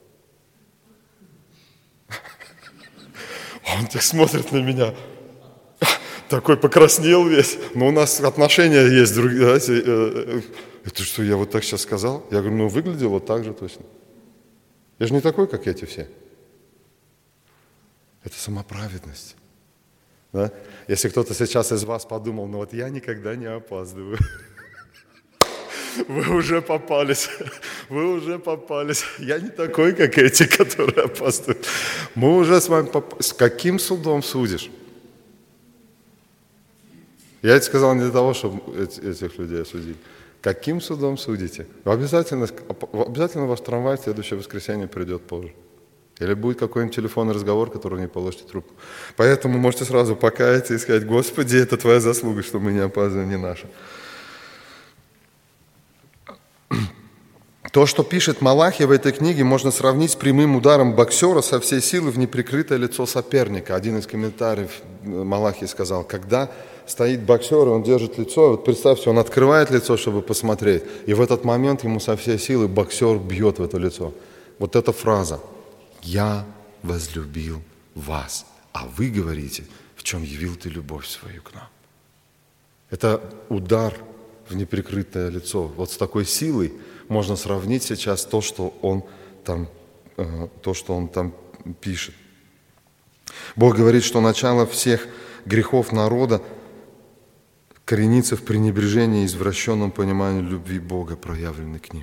Он так смотрит на меня, такой покраснел весь. Но у нас отношения есть другие. Знаете, это что, я вот так сейчас сказал? Я говорю, ну выглядел вот так же точно. Я же не такой, как эти все. Это самоправедность. Да? Если кто-то сейчас из вас подумал, ну вот я никогда не опаздываю. Вы уже попались, вы уже попались. Я не такой, как эти, которые опаздывают. Мы уже с вами попались. С каким судом судишь? Я это сказал не для того, чтобы этих людей осудить. Каким судом судите? Обязательно, обязательно ваш трамвай в следующее воскресенье придет позже. Или будет какой-нибудь телефонный разговор, который не положите трубку. Поэтому можете сразу покаяться и сказать, Господи, это Твоя заслуга, что мы не опаздываем, не наша. То, что пишет Малахия в этой книге, можно сравнить с прямым ударом боксера со всей силы в неприкрытое лицо соперника. Один из комментариев Малахии сказал, когда стоит боксер, и он держит лицо, вот представьте, он открывает лицо, чтобы посмотреть, и в этот момент ему со всей силы боксер бьет в это лицо. Вот эта фраза «Я возлюбил вас, а вы говорите, в чем явил ты любовь свою к нам». Это удар в неприкрытое лицо. Вот с такой силой можно сравнить сейчас то, что он там, э, то, что он там пишет. Бог говорит, что начало всех грехов народа коренится в пренебрежении и извращенном понимании любви Бога, проявленной к ним.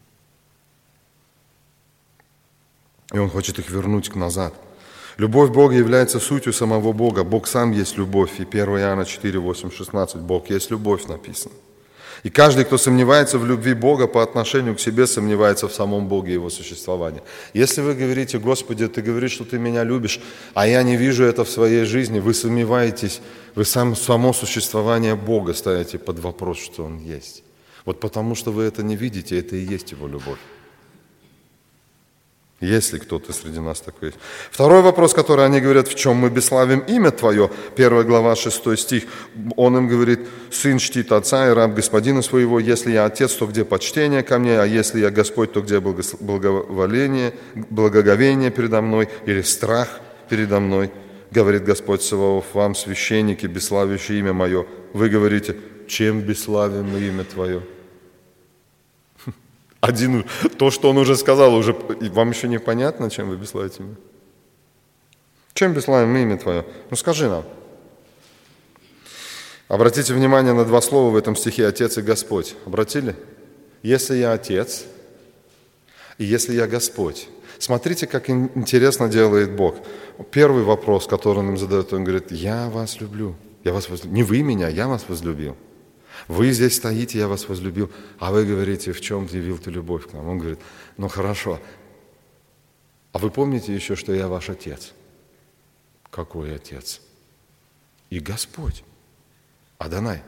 И Он хочет их вернуть к назад. Любовь Бога является сутью самого Бога. Бог сам есть любовь. И первое Иоанна четыре, восемь, шестнадцать. Бог есть любовь написано. И каждый, кто сомневается в любви Бога по отношению к себе, сомневается в самом Боге и Его существовании. Если вы говорите, Господи, Ты говоришь, что Ты меня любишь, а я не вижу это в своей жизни, вы сомневаетесь, вы сам, само существование Бога ставите под вопрос, что Он есть. Вот потому что вы это не видите, это и есть Его любовь. Если кто-то среди нас такой есть. Второй вопрос, который они говорят, в чем мы бесславим имя Твое, первая глава, шестой стих, он им говорит, сын чтит отца и раб господина своего, если я отец, то где почтение ко мне, а если я Господь, то где благоволение, благоговение передо мной или страх передо мной, говорит Господь Саваоф, вам, священники, бесславящие имя Мое, вы говорите, чем бесславим мы имя Твое? Один, то, что он уже сказал, уже вам еще непонятно, чем вы бесславите имя? Чем бесславим имя Твое? Ну скажи нам. Обратите внимание на два слова в этом стихе «Отец» и «Господь». Обратили? Если я Отец, и если я Господь. Смотрите, как интересно делает Бог. Первый вопрос, который он им задает, он говорит, я вас люблю. Я вас возлюбил. Не вы меня, я вас возлюбил. Вы здесь стоите, я вас возлюбил, а вы говорите, в чем явил ты любовь к нам? Он говорит, ну хорошо, а вы помните еще, что я ваш Отец? Какой Отец? И Господь, Адонай.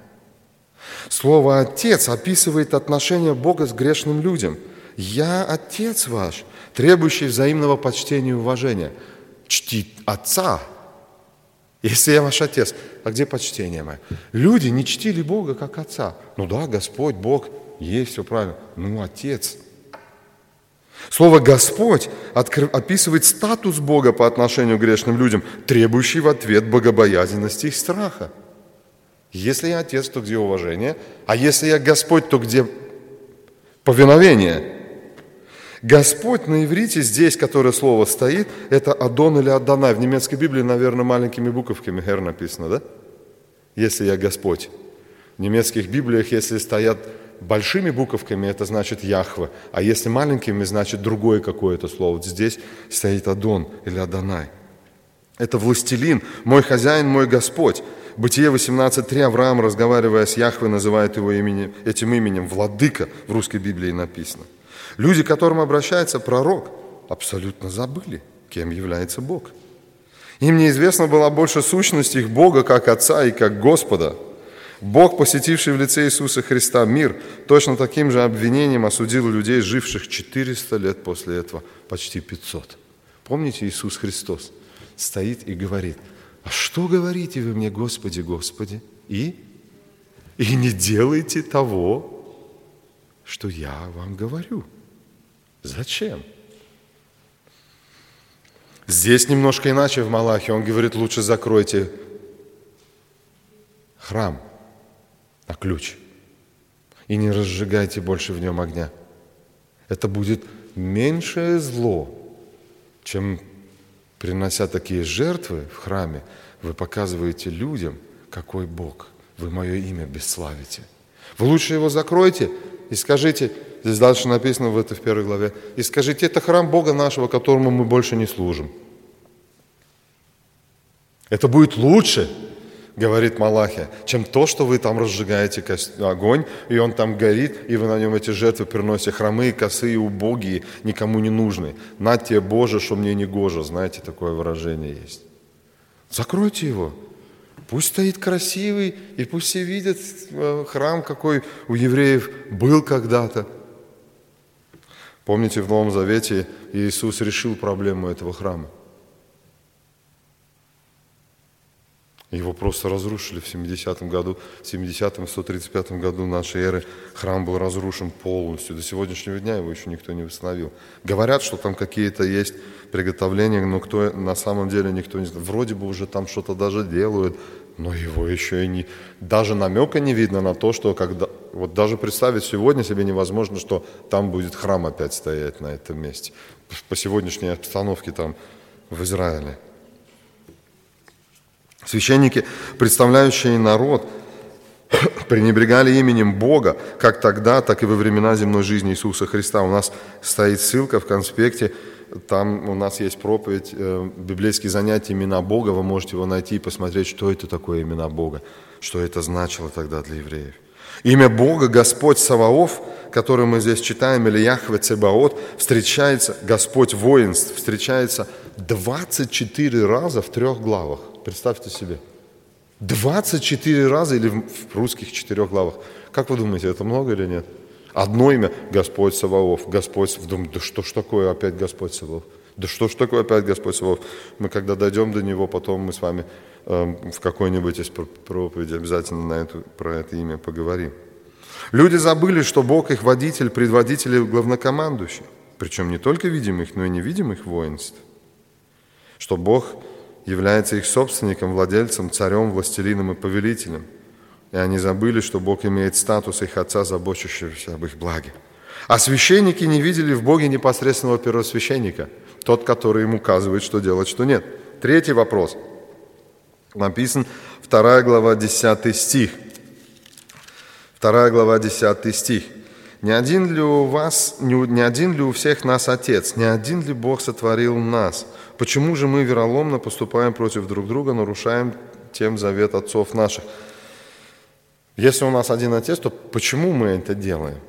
Слово «Отец» описывает отношение Бога с грешным людям. Я Отец ваш. требующий взаимного почтения и уважения. Чти отца. Если я ваш отец, а где почтение мое? Люди не чтили Бога как отца. Ну да, Господь, Бог, есть, все правильно. Ну, отец. Слово «Господь» откр- описывает статус Бога по отношению к грешным людям, требующий в ответ богобоязненности и страха. Если я отец, то где уважение? А если я Господь, то где повиновение? Господь на иврите здесь, которое слово стоит, это Адон или Адонай. В немецкой Библии, наверное, маленькими буковками «Хер» написано, да? Если я Господь. В немецких Библиях, если стоят большими буковками, это значит Яхве, а если маленькими, значит другое какое-то слово. Вот здесь стоит Адон или Адонай. Это властелин, мой хозяин, мой Господь. Бытие восемнадцать три, Авраам, разговаривая с Яхве, называет его имени, этим именем владыка, в русской Библии написано. Люди, к которым обращается пророк, абсолютно забыли, кем является Бог. Им неизвестна была больше сущность их Бога, как Отца и как Господа. Бог, посетивший в лице Иисуса Христа мир, точно таким же обвинением осудил людей, живших четыреста лет после этого, почти пятьсот. Помните, Иисус Христос стоит и говорит: «А что говорите вы мне, Господи, Господи, и, и не делайте того, что я вам говорю». Зачем? Здесь немножко иначе в Малахе. Он говорит: лучше закройте храм на ключ и не разжигайте больше в нем огня. Это будет меньшее зло, чем, принося такие жертвы в храме, вы показываете людям, какой Бог. Вы мое имя бесславите. Вы лучше его закройте и скажите, здесь дальше написано в этой в первой главе, и скажите: это храм Бога нашего, которому мы больше не служим. Это будет лучше, говорит Малахия, чем то, что вы там разжигаете огонь, и он там горит, и вы на нем эти жертвы приносите, хромые, косые, убогие, никому не нужные. На тебе, Боже, что мне не гоже. Знаете, такое выражение есть. Закройте его. Пусть стоит красивый, и пусть все видят храм, какой у евреев был когда-то. Помните, в Новом Завете Иисус решил проблему этого храма. Его просто разрушили в семидесятом году, в семидесятом, сто тридцать пятом году нашей эры храм был разрушен полностью. До сегодняшнего дня его еще никто не восстановил. Говорят, что там какие-то есть приготовления, но кто на самом деле никто не знает. Вроде бы уже там что-то даже делают, но его еще и не... Даже намека не видно на то, что когда... Вот даже представить сегодня себе невозможно, что там будет храм опять стоять на этом месте. По сегодняшней обстановке там в Израиле. Священники, представляющие народ, пренебрегали именем Бога, как тогда, так и во времена земной жизни Иисуса Христа. У нас стоит ссылка в конспекте, там у нас есть проповедь, э, библейские занятия «Имена Бога», вы можете его найти и посмотреть, что это такое имена Бога, что это значило тогда для евреев. Имя Бога, Господь Саваоф, который мы здесь читаем, или Яхве Цебаот, встречается, Господь воинств, встречается двадцать четыре раза в трех главах. Представьте себе. двадцать четыре раза или в русских четырех главах. Как вы думаете, это много или нет? Одно имя – Господь Саваоф. Господь, думаю, да что ж такое опять Господь Саваоф? Да что ж такое опять Господь Саваоф? Мы когда дойдем до него, потом мы с вами э, в какой-нибудь из проповедей обязательно на эту, про это имя поговорим. Люди забыли, что Бог их водитель, предводитель и главнокомандующий. Причем не только видимых, но и невидимых воинств. Что Бог является их собственником, владельцем, царем, властелином и повелителем. И они забыли, что Бог имеет статус их Отца, заботящегося об их благе. А священники не видели в Боге непосредственного первосвященника, тот, который им указывает, что делать, что нет. Третий вопрос. Написан вторая глава, десятый стих. Вторая глава, десятый стих. «Не один ли у вас, не один ли у всех нас Отец? Не один ли Бог сотворил нас? Почему же мы вероломно поступаем против друг друга, нарушаем тем завет отцов наших?» Если у нас один Отец, то почему мы это делаем?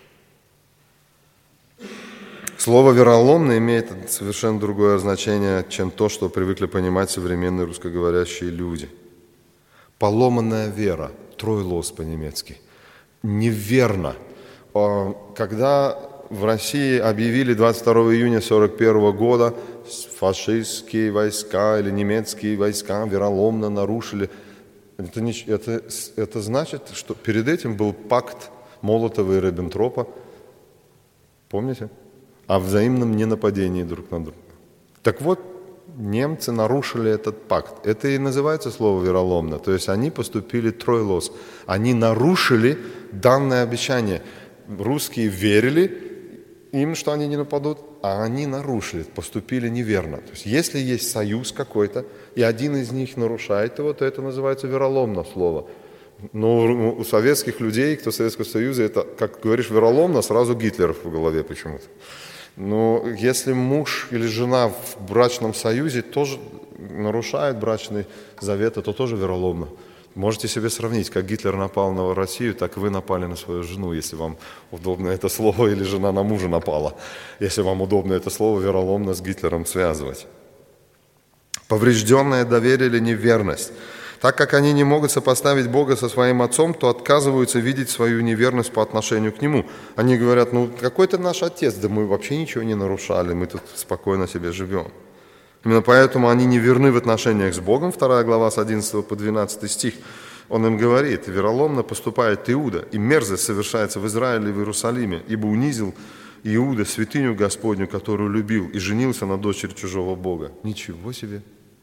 Слово «вероломно» имеет совершенно другое значение, чем то, что привыкли понимать современные русскоговорящие люди. Поломанная вера, тройлос по-немецки. Неверно. Когда в России объявили двадцать второго июня сорок первого года, фашистские войска или немецкие войска вероломно нарушили. Это, не, это, это значит, что перед этим был пакт Молотова и Риббентропа, помните? О взаимном ненападении друг на друга. Так вот, немцы нарушили этот пакт. Это и называется слово вероломно. То есть они поступили тройлос. Они нарушили данное обещание. Русские верили им, что они не нападут, а они нарушили, поступили неверно. То есть если есть союз какой-то, и один из них нарушает его, то это называется вероломно слово. Но у советских людей, кто в Советском Союзе, это, как говоришь, вероломно, сразу Гитлер в голове почему-то. Но если муж или жена в брачном союзе тоже нарушает брачный завет, то тоже вероломно. Можете себе сравнить, как Гитлер напал на Россию, так и вы напали на свою жену, если вам удобно это слово, или жена на мужа напала, если вам удобно это слово вероломно с Гитлером связывать. Поврежденное доверие или неверность. Так как они не могут сопоставить Бога со своим Отцом, то отказываются видеть свою неверность по отношению к Нему. Они говорят, ну какой-то наш Отец, да мы вообще ничего не нарушали, мы тут спокойно себе живем. Именно поэтому они не верны в отношениях с Богом. Вторая глава с одиннадцатого по двенадцатый стих. Он им говорит, вероломно поступает Иуда, и мерзость совершается в Израиле и в Иерусалиме, ибо унизил Иуда святыню Господню, которую любил, и женился на дочери чужого Бога. Ничего себе!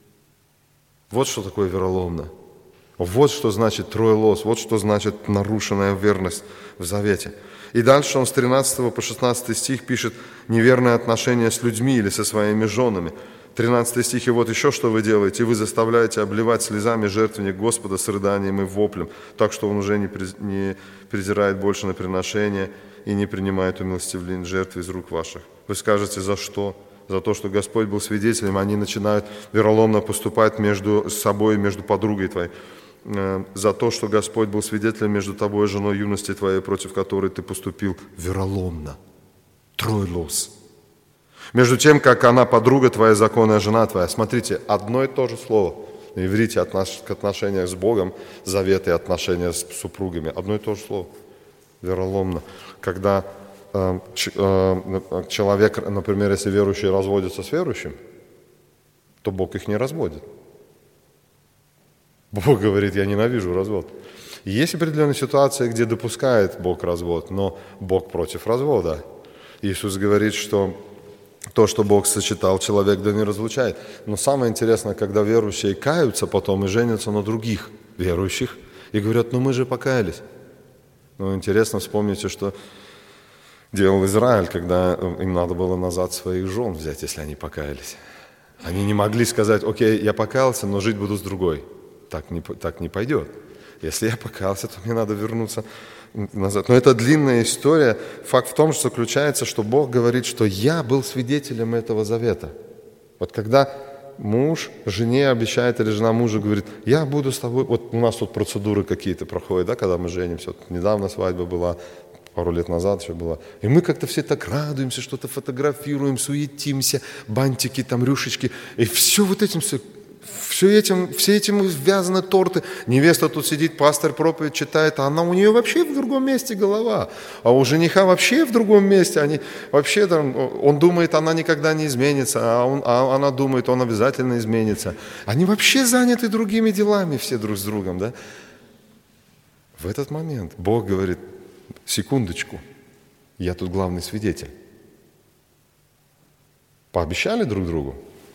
Вот что такое вероломно. Вот что значит тройлос, вот что значит нарушенная верность в завете. И дальше он с тринадцатого по шестнадцатый стих пишет неверное отношение с людьми или со своими женами. тринадцатый стих, и вот еще что вы делаете, вы заставляете обливать слезами жертвенник Господа с рыданием и воплем, так что он уже не презирает больше на приношение и не принимает умилостивление жертв из рук ваших. Вы скажете, за что? За то, что Господь был свидетелем, они начинают вероломно поступать между собой и между подругой твоей. За то, что Господь был свидетелем между тобой и женой юности твоей, против которой ты поступил вероломно. Тройлос. Между тем, как она подруга твоя, законная жена твоя. Смотрите, одно и то же слово. На иврите к отношениях с Богом, завет и отношения с супругами. Одно и то же слово. Вероломно. Когда э, ч, э, человек, например, если верующий разводится с верующим, то Бог их не разводит. Бог говорит, я ненавижу развод. Есть определенные ситуации, где допускает Бог развод, но Бог против развода. Иисус говорит, что то, что Бог сочетал, человек да не разлучает. Но самое интересное, когда верующие каются потом и женятся на других верующих, и говорят, ну мы же покаялись. Ну интересно, вспомните, что делал Израиль, когда им надо было назад своих жен взять, если они покаялись. Они не могли сказать, окей, я покаялся, но жить буду с другой. Так не, так не пойдет. Если я покаялся, то мне надо вернуться назад. Но это длинная история. Факт в том, что заключается, что Бог говорит, что я был свидетелем этого завета. Вот когда муж жене обещает, или жена мужу говорит, я буду с тобой, вот у нас тут процедуры какие-то проходят, да, когда мы женимся. Вот недавно свадьба была, пару лет назад еще была. И мы как-то все так радуемся, что-то фотографируем, суетимся, бантики, там, рюшечки. И все вот этим все... Все этим, все этим связаны торты. Невеста тут сидит, пастор проповедь читает, а она у нее вообще в другом месте голова. А у жениха вообще в другом месте. Они, вообще там, он думает, она никогда не изменится, а, он, а она думает, он обязательно изменится. Они вообще заняты другими делами все друг с другом. Да? В этот момент Бог говорит, секундочку, я тут главный свидетель. Пообещали друг другу?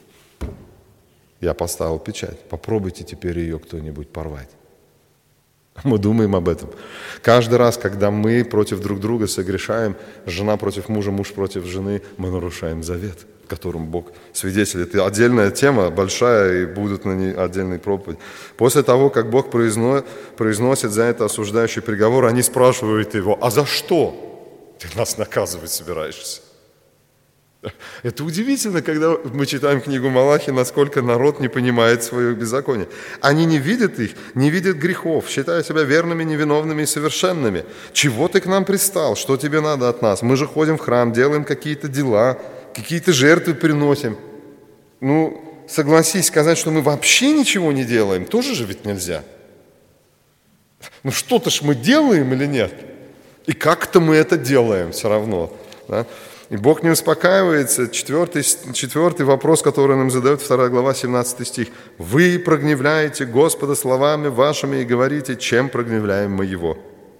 Я поставил печать. Попробуйте теперь ее кто-нибудь порвать. Мы думаем об этом. Каждый раз, когда мы против друг друга согрешаем, жена против мужа, муж против жены, мы нарушаем завет, в котором Бог свидетель. Это отдельная тема, большая, и будут на ней отдельные проповеди. После того, как Бог произносит за это осуждающий приговор, они спрашивают его, а за что ты нас наказывать собираешься? Это удивительно, когда мы читаем книгу Малахи, насколько народ не понимает свое беззаконие. Они не видят их, не видят грехов, считая себя верными, невиновными и совершенными. Чего ты к нам пристал? Что тебе надо от нас? Мы же ходим в храм, делаем какие-то дела, какие-то жертвы приносим. Ну, согласись, сказать, что мы вообще ничего не делаем, тоже же ведь нельзя. Ну, что-то ж мы делаем или нет? И как-то мы это делаем все равно. Да? И Бог не успокаивается. Четвертый, четвертый вопрос, который нам задает вторая глава, семнадцатый стих. «Вы прогневляете Господа словами вашими и говорите, чем прогневляем мы Его?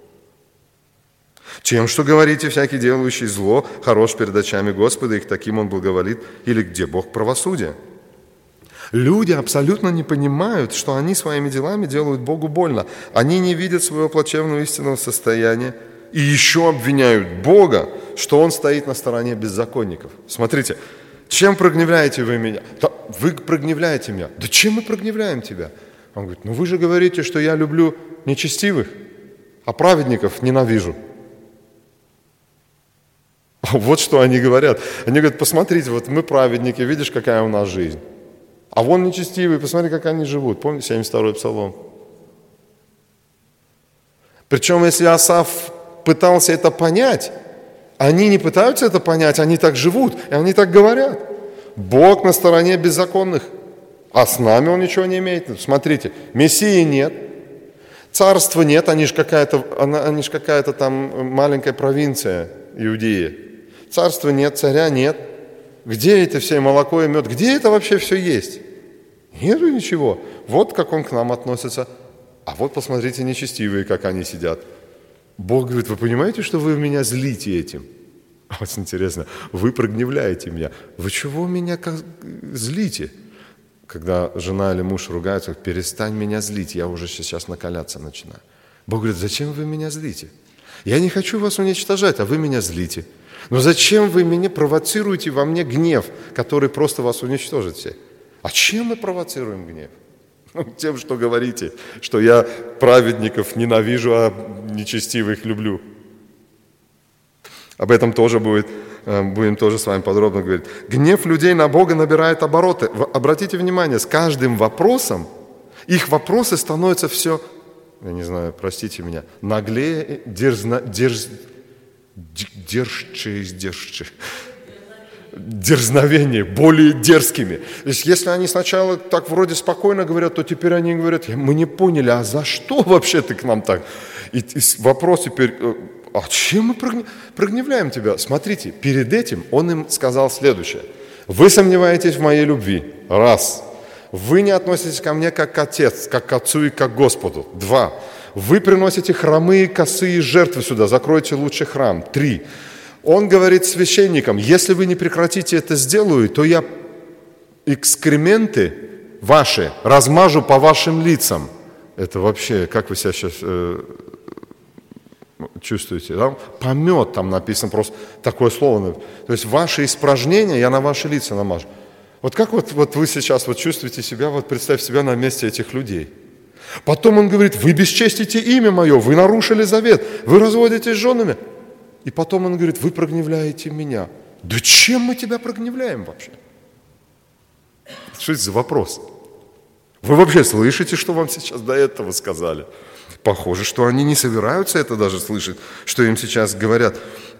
Тем, что говорите, всякий делающий зло, хорош перед очами Господа, и к таким Он благоволит, или где Бог правосудия?» Люди абсолютно не понимают, что они своими делами делают Богу больно. Они не видят своего плачевного истинного состояния и еще обвиняют Бога, что Он стоит на стороне беззаконников. Смотрите, чем прогневляете вы меня? Да, вы прогневляете меня. Да чем мы прогневляем тебя? Он говорит, ну вы же говорите, что я люблю нечестивых, а праведников ненавижу. Вот что они говорят. Они говорят, посмотрите, вот мы праведники, видишь, какая у нас жизнь. А вон нечестивые, посмотри, как они живут. Помните семьдесят второй псалом? Причем, если Асаф пытался это понять, они не пытаются это понять, они так живут, и они так говорят. Бог на стороне беззаконных, а с нами Он ничего не имеет. Смотрите, Мессии нет, царства нет, они же какая-то, они же какая-то там маленькая провинция Иудеи. Царства нет, царя нет. Где это все молоко и мед? Где это вообще все есть? Нету ничего. Вот как Он к нам относится. А вот посмотрите, нечестивые, как они сидят. Бог говорит, вы понимаете, что вы меня злите этим? Очень интересно, вы прогневляете меня. Вы чего меня злите? Когда жена или муж ругаются, перестань меня злить, я уже сейчас накаляться начинаю. Бог говорит, зачем вы меня злите? Я не хочу вас уничтожать, а вы меня злите. Но зачем вы меня провоцируете во мне гнев, который просто вас уничтожит все? А чем мы провоцируем гнев? Ну, тем, что говорите, что я праведников ненавижу, а нечестивых люблю. Об этом тоже будет, будем тоже с вами подробно говорить. Гнев людей на Бога набирает обороты. Обратите внимание, с каждым вопросом их вопросы становятся все, я не знаю, простите меня, наглее, дерзно, дерз, дерзче, дерзче, дерзновение, более дерзкими. То есть, если они сначала так вроде спокойно говорят, то теперь они говорят, мы не поняли, а за что вообще ты к нам так? И, и вопрос теперь, а чем мы прогневляем тебя? Смотрите, перед этим он им сказал следующее. Вы сомневаетесь в моей любви. Раз. Вы не относитесь ко мне как к отец, как к отцу и как к Господу. Два. Вы приносите хромые, косые жертвы сюда, закройте лучше храм. Три. Он говорит священникам, если вы не прекратите это сделать, то я экскременты ваши размажу по вашим лицам. Это вообще, как вы себя сейчас э, чувствуете? Да? Помет там написано, просто такое слово. То есть ваши испражнения я на ваши лица намажу. Вот как вот, вот вы сейчас вот чувствуете себя, вот представьте себя на месте этих людей. Потом он говорит, вы бесчестите имя мое, вы нарушили завет, вы разводитесь с женами. И потом он говорит, вы прогневляете меня. Да чем мы тебя прогневляем вообще? Что это за вопрос? Вы вообще слышите, что вам сейчас до этого сказали? Похоже, что они не собираются это даже слышать, что им сейчас говорят.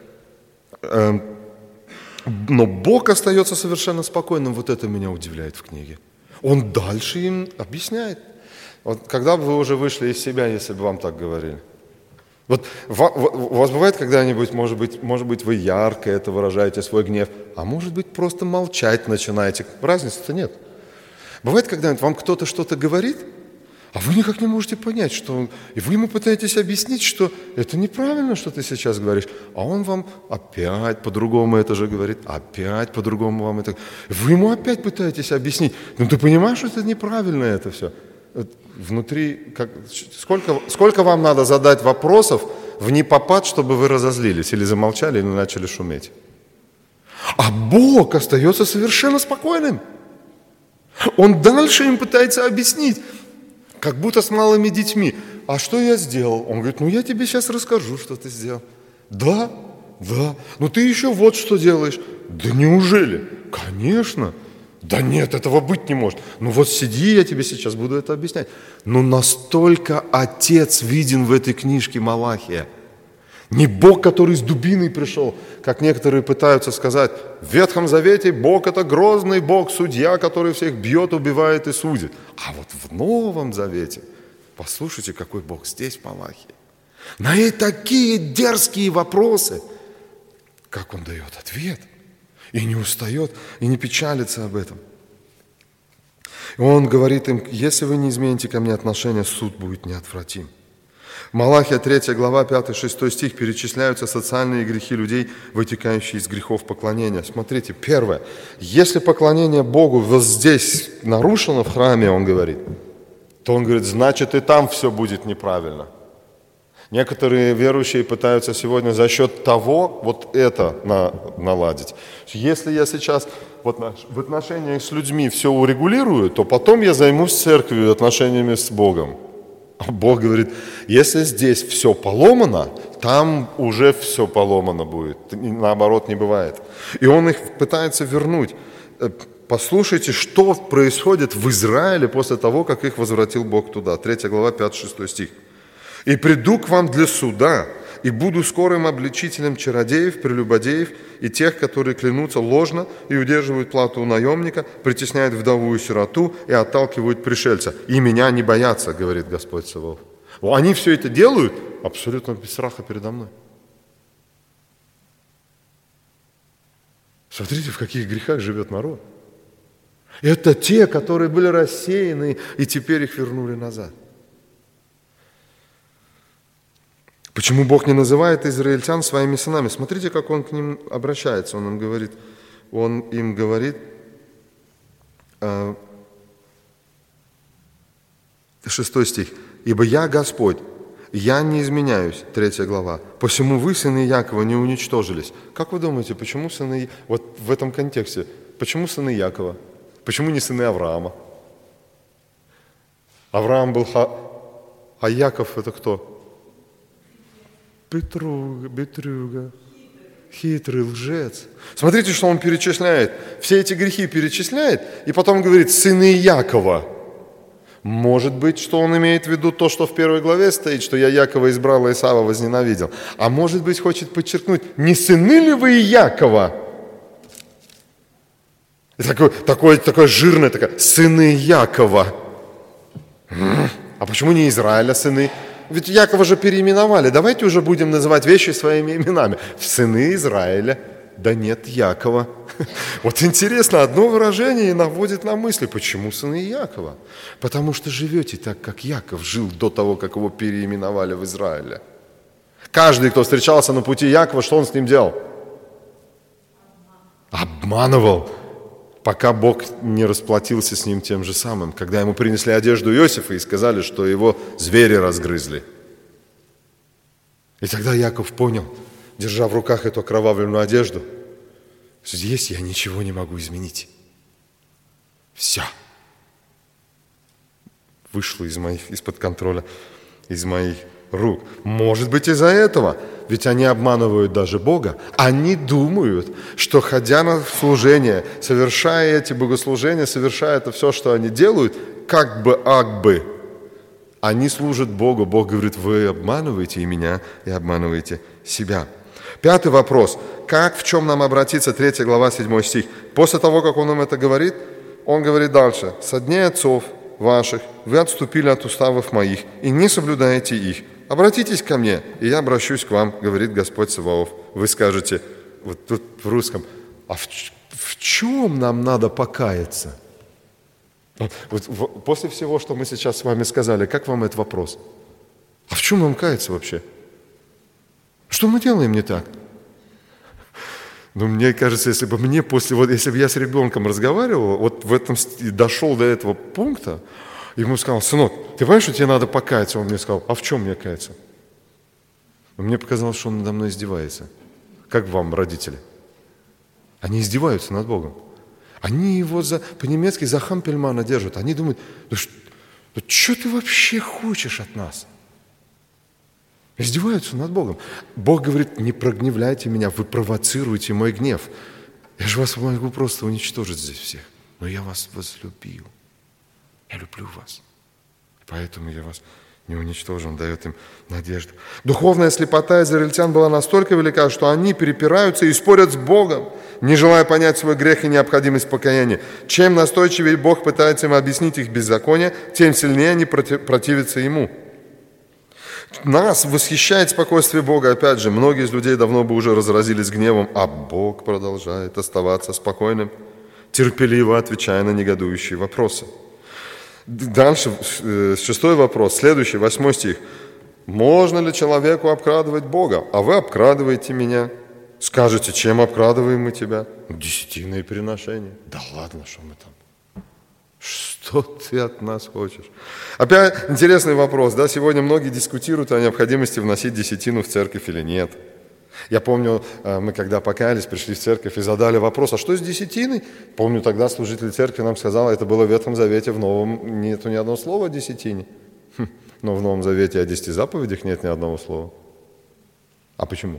Но Бог остается совершенно спокойным. Вот это меня удивляет в книге. Он дальше им объясняет. Вот когда бы вы уже вышли из себя, если бы вам так говорили? Вот у вас бывает когда-нибудь, может быть, может быть, вы ярко это выражаете, свой гнев, а может быть, просто молчать начинаете. Разницы-то нет. Бывает когда-нибудь, вам кто-то что-то говорит, а вы никак не можете понять, что он... И вы ему пытаетесь объяснить, что это неправильно, что ты сейчас говоришь, а он вам опять по-другому это же говорит, опять по-другому вам это... Вы ему опять пытаетесь объяснить. Ну, ты понимаешь, что это неправильно это все? Внутри, как, сколько, сколько вам надо задать вопросов в непопад, чтобы вы разозлились или замолчали, или начали шуметь? А Бог остается совершенно спокойным. Он дальше им пытается объяснить, как будто с малыми детьми. А что я сделал? Он говорит, ну я тебе сейчас расскажу, что ты сделал. Да, да, ну ты еще вот что делаешь. Да неужели? Конечно. Да нет, этого быть не может. Ну вот сиди, я тебе сейчас буду это объяснять. Но настолько Отец виден в этой книжке Малахия. Не Бог, который с дубиной пришел, как некоторые пытаются сказать. В Ветхом Завете Бог – это грозный Бог, судья, который всех бьет, убивает и судит. А вот в Новом Завете, послушайте, какой Бог здесь в Малахии. На и такие дерзкие вопросы как он дает ответ. И не устает, и не печалится об этом. И он говорит им: если вы не измените ко мне отношения, суд будет неотвратим. Малахия третья глава, пятый-шестой стих перечисляются социальные грехи людей, вытекающие из грехов поклонения. Смотрите, первое. Если поклонение Богу вот здесь нарушено в храме, он говорит, то он говорит, значит и там все будет неправильно. Некоторые верующие пытаются сегодня за счет того вот это на, наладить. Если я сейчас вот в отношениях с людьми все урегулирую, то потом я займусь церковью, отношениями с Богом. А Бог говорит, если здесь все поломано, там уже все поломано будет. Наоборот, не бывает. И он их пытается вернуть. Послушайте, что происходит в Израиле после того, как их возвратил Бог туда. третья глава, пятый-шестой стих. «И приду к вам для суда, и буду скорым обличителем чародеев, прелюбодеев и тех, которые клянутся ложно и удерживают плату у наемника, притесняют вдову и сироту и отталкивают пришельца. И меня не боятся, говорит Господь Саваоф». Они все это делают абсолютно без страха передо мной. Смотрите, в каких грехах живет народ. Это те, которые были рассеяны, и теперь их вернули назад. Почему Бог не называет израильтян своими сынами? Смотрите, как Он к ним обращается. Он им говорит, он им говорит, шестой стих, «Ибо я Господь, я не изменяюсь», третья глава, «посему вы, сыны Якова, не уничтожились». Как вы думаете, почему сыны, вот в этом контексте, почему сыны Якова? Почему не сыны Авраама? Авраам был, ха... а Яков это кто? Петруга, Петрюга, хитрый лжец. Смотрите, что он перечисляет. Все эти грехи перечисляет, и потом говорит, сыны Якова. Может быть, что он имеет в виду то, что в первой главе стоит, что я Якова избрал, а Исава возненавидел. А может быть, хочет подчеркнуть, не сыны ли вы Якова? Такое, такое, такое жирное, такое, сыны Якова. А почему не Израиля сыны? Ведь Якова же переименовали. Давайте уже будем называть вещи своими именами. Сыны Израиля. Да нет Якова. Вот интересно, одно выражение наводит на мысли. Почему сыны Якова? Потому что живете так, как Яков жил до того, как его переименовали в Израиле. Каждый, кто встречался на пути Якова, что он с ним делал? Обманывал. Пока Бог не расплатился с ним тем же самым, когда ему принесли одежду Иосифа и сказали, что его звери разгрызли. И тогда Яков понял, держа в руках эту окровавленную одежду, что здесь я ничего не могу изменить. Все. Вышло из моих, из-под контроля, из моих рук. Может быть, из-за этого. Ведь они обманывают даже Бога. Они думают, что, ходя на служение, совершая эти богослужения, совершая это все, что они делают, как бы, ак бы, они служат Богу. Бог говорит, вы обманываете и меня, и обманываете себя. Пятый вопрос. Как, в чем нам обратиться? третья глава, седьмой стих. После того, как он нам это говорит, он говорит дальше. «Со дней отцов ваших вы отступили от уставов моих и не соблюдаете их. Обратитесь ко мне, и я обращусь к вам, говорит Господь Саваоф». Вы скажете, вот тут в русском, а в, в чем нам надо покаяться? Вот, вот, после всего, что мы сейчас с вами сказали, как вам этот вопрос? А в чем нам каяться вообще? Что мы делаем не так? Ну, мне кажется, если бы мне после, вот если бы я с ребенком разговаривал, вот в этом дошел до этого пункта, ему сказал, сынок, ты понимаешь, что тебе надо покаяться? Он мне сказал, а в чем мне каяться? Мне показалось, что он надо мной издевается. Как вам, родители? Они издеваются над Богом. Они его за, по-немецки за хампельмана держат. Они думают, ну что, ну что ты вообще хочешь от нас? Издеваются над Богом. Бог говорит, не прогневляйте меня, вы провоцируете мой гнев. Я же вас могу просто уничтожить здесь всех. Но я вас возлюбил. Я люблю вас. Поэтому я вас не уничтожу. Он дает им надежду. Духовная слепота израильтян была настолько велика, что они перепираются и спорят с Богом, не желая понять свой грех и необходимость покаяния. Чем настойчивее Бог пытается им объяснить их беззаконие, тем сильнее они противятся Ему. Нас восхищает спокойствие Бога. Опять же, многие из людей давно бы уже разразились гневом, а Бог продолжает оставаться спокойным, терпеливо отвечая на негодующие вопросы. Дальше, шестой вопрос, следующий, восьмой стих. «Можно ли человеку обкрадывать Бога? А вы обкрадываете меня». Скажете, чем обкрадываем мы тебя? Десятинные приношения. Да ладно, что мы там? Что ты от нас хочешь? Опять интересный вопрос, да? Сегодня многие дискутируют о необходимости вносить десятину в церковь или нет. Я помню, мы когда покаялись, пришли в церковь и задали вопрос, а что с десятиной? Помню, тогда служитель церкви нам сказал, это было в Ветхом Завете, в Новом нету ни одного слова о десятине. Хм, но в Новом Завете о десяти заповедях нет ни одного слова. А почему?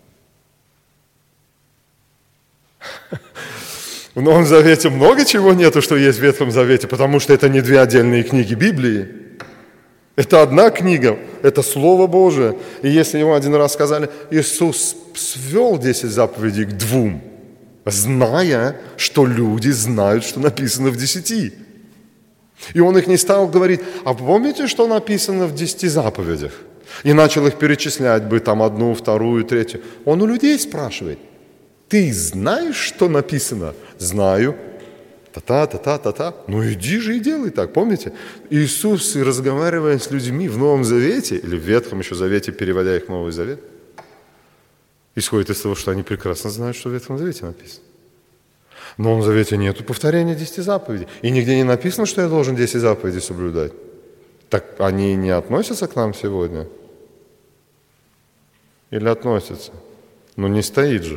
В Новом Завете много чего нету, что есть в Ветхом Завете, потому что это не две отдельные книги Библии. Это одна книга, это Слово Божие. И если ему один раз сказали, Иисус свел десять заповедей к двум, зная, что люди знают, что написано в десяти. И он их не стал говорить, а помните, что написано в десяти заповедях? И начал их перечислять бы там одну, вторую, третью. Он у людей спрашивает, ты знаешь, что написано? Знаю. Та-та, та-та, та-та. Ну иди же и делай так, помните? Иисус, разговаривая с людьми в Новом Завете, или в Ветхом еще Завете, переводя их в Новый Завет, исходит из того, что они прекрасно знают, что в Ветхом Завете написано. В Новом Завете нету повторения десяти заповедей. И нигде не написано, что я должен десять заповедей соблюдать. Так они не относятся к нам сегодня? Или относятся? Ну не стоит же.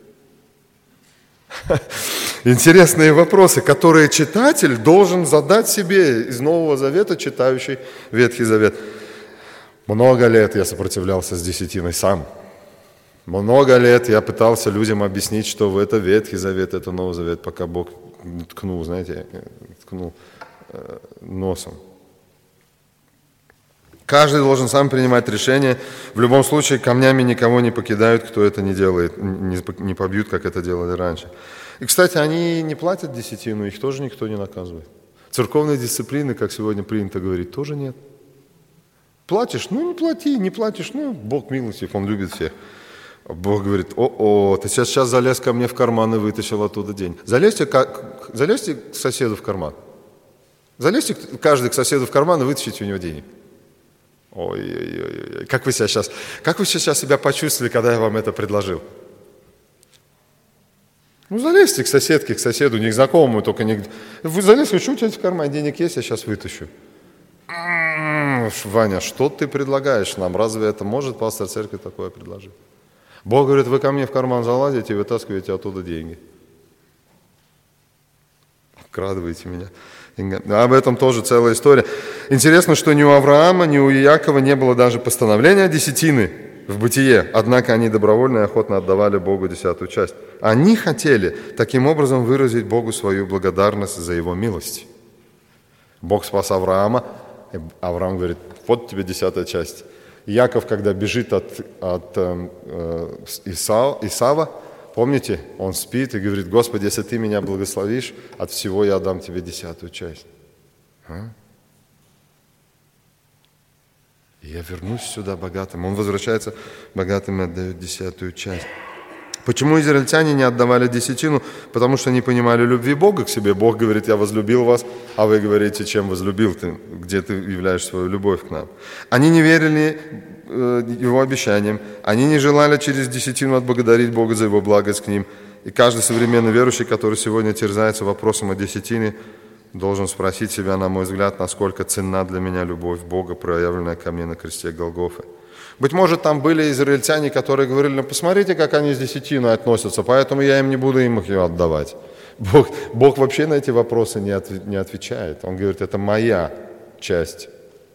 Интересные вопросы, которые читатель должен задать себе из Нового Завета, читающий Ветхий Завет. Много лет я сопротивлялся с десятиной сам. Много лет я пытался людям объяснить, что это Ветхий Завет, это Новый Завет, пока Бог ткнул, знаете, ткнул э, носом. Каждый должен сам принимать решение. В любом случае, камнями никого не покидают, кто это не делает, не побьют, как это делали раньше. И, кстати, они не платят десятину, их тоже никто не наказывает. Церковной дисциплины, как сегодня принято говорить, тоже нет. Платишь? Ну, не плати, не платишь. Ну, Бог милостив, Он любит всех. Бог говорит, о-о, ты сейчас, сейчас залез ко мне в карман и вытащил оттуда деньги. Залезьте, как, залезьте к соседу в карман. Залезьте каждый к соседу в карман и вытащите у него денег. Ой-ой-ой, как вы себя сейчас, как вы сейчас себя почувствовали, когда я вам это предложил? Ну, залезьте к соседке, к соседу, не к знакомому, только не... Вы залезьте, что у тебя в кармане денег есть, я сейчас вытащу. М-м-м, Ваня, что ты предлагаешь нам? Разве это может пастор церкви такое предложить? Бог говорит, вы ко мне в карман залазите и вытаскиваете оттуда деньги. Обкрадываете меня. Об этом тоже целая история. Интересно, что ни у Авраама, ни у Иакова не было даже постановления десятины в Бытие, однако они добровольно и охотно отдавали Богу десятую часть. Они хотели таким образом выразить Богу свою благодарность за Его милость. Бог спас Авраама, и Авраам говорит, вот тебе десятая часть. Иаков, когда бежит от, от э, Исава, Исава, помните, он спит и говорит, Господи, если Ты меня благословишь, от всего я отдам Тебе десятую часть. А? Я вернусь сюда богатым. Он возвращается богатым и отдает десятую часть. Почему израильтяне не отдавали десятину? Потому что не понимали любви Бога к себе. Бог говорит, я возлюбил вас, а вы говорите, чем возлюбил ты, где ты являешь свою любовь к нам. Они не верили э, Его обещаниям, они не желали через десятину отблагодарить Бога за Его благость к ним. И каждый современный верующий, который сегодня терзается вопросом о десятине, должен спросить себя, на мой взгляд, насколько ценна для меня любовь Бога, проявленная ко мне на кресте Голгофы. Быть может, там были израильтяне, которые говорили, ну, посмотрите, как они с десятиной относятся, поэтому я им не буду им ее отдавать. Бог, Бог вообще на эти вопросы не, от, не отвечает. Он говорит, это моя часть.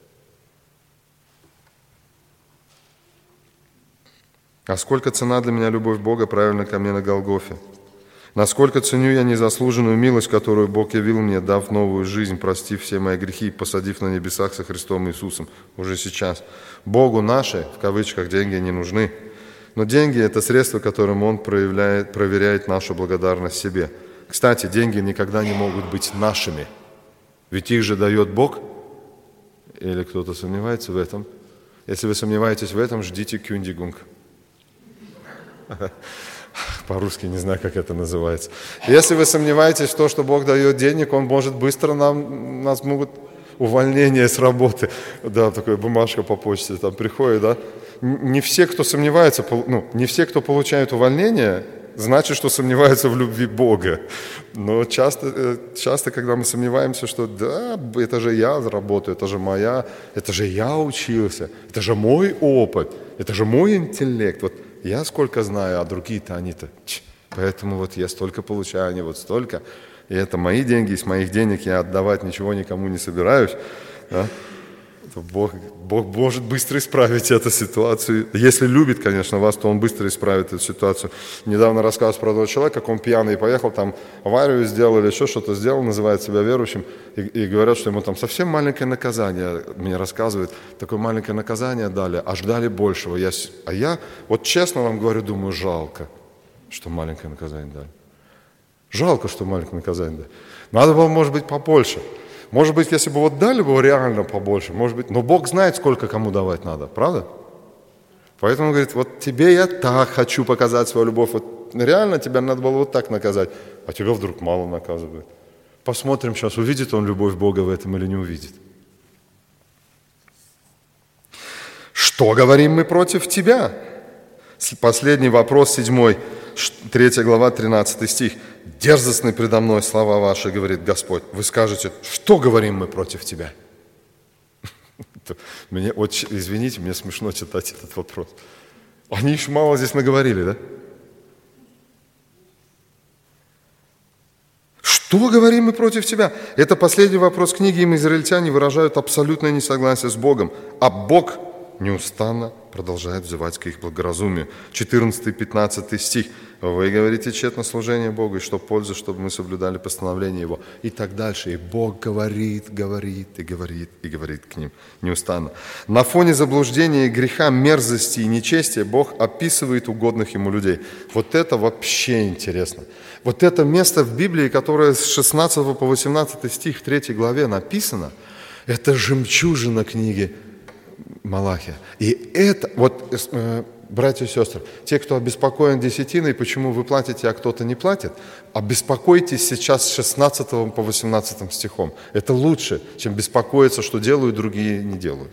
А сколько цена для меня любовь Бога, правильно ко мне на Голгофе? Насколько ценю я незаслуженную милость, которую Бог явил мне, дав новую жизнь, простив все мои грехи и посадив на небесах со Христом Иисусом уже сейчас. Богу наши, в кавычках, деньги не нужны. Но деньги – это средство, которым Он проявляет, проверяет нашу благодарность себе. Кстати, деньги никогда не могут быть нашими. Ведь их же дает Бог. Или кто-то сомневается в этом? Если вы сомневаетесь в этом, ждите кюндигунг. По-русски не знаю, как это называется. Если вы сомневаетесь в том, что Бог дает денег, Он может быстро нам, нас могут увольнение с работы. Да, такая бумажка по почте там приходит, да. Не все, кто сомневается, ну, не все, кто получает увольнение, значит, что сомневаются в любви Бога. Но часто, часто, когда мы сомневаемся, что да, это же я работаю, это же моя, это же я учился, это же мой опыт, это же мой интеллект. Вот я сколько знаю, а другие-то они-то. Поэтому вот я столько получаю, они вот столько. И это мои деньги, из моих денег я отдавать ничего никому не собираюсь. Да? Бог, Бог может быстро исправить эту ситуацию. Если любит, конечно, вас, то Он быстро исправит эту ситуацию. Недавно рассказывал про одного человека, как он пьяный поехал, там аварию сделал или еще что-то сделал, называет себя верующим, и, и говорят, что ему там совсем маленькое наказание, мне рассказывают, такое маленькое наказание дали, а ждали большего. Я, а я, вот честно вам говорю, думаю, жалко, что маленькое наказание дали. Жалко, что маленькое наказание дали. Надо было, может быть, побольше. Может быть, если бы вот дали бы реально побольше, может быть, но Бог знает, сколько кому давать надо, правда? Поэтому он говорит, вот тебе я так хочу показать свою любовь, вот реально тебя надо было вот так наказать, а тебя вдруг мало наказывают. Посмотрим сейчас, увидит он любовь Бога в этом или не увидит. Что говорим мы против тебя? Последний вопрос, седьмой, третья глава, тринадцатый стих. «Дерзостны предо мной слова ваши, говорит Господь». Вы скажете, что говорим мы против тебя? Мне, вот, извините, мне смешно читать этот вопрос. Они еще мало здесь наговорили, да? Что говорим мы против тебя? Это последний вопрос книги, им израильтяне выражают абсолютное несогласие с Богом, а Бог неустанно продолжает взывать к их благоразумию. четырнадцатый-пятнадцатый стих. Вы говорите тщетно служение Богу, и что польза, чтобы мы соблюдали постановление Его. И так дальше. И Бог говорит, говорит, и говорит, и говорит к ним неустанно. На фоне заблуждения, греха, мерзости и нечестия Бог описывает угодных Ему людей. Вот это вообще интересно. Вот это место в Библии, которое с шестнадцатого по восемнадцатый стих в третьей главе написано, это жемчужина книги Малахия. И это, вот, э, братья и сестры, те, кто обеспокоен десятиной, почему вы платите, а кто-то не платит, обеспокойтесь сейчас с шестнадцатого по восемнадцатым стихом. Это лучше, чем беспокоиться, что делают, другие не делают.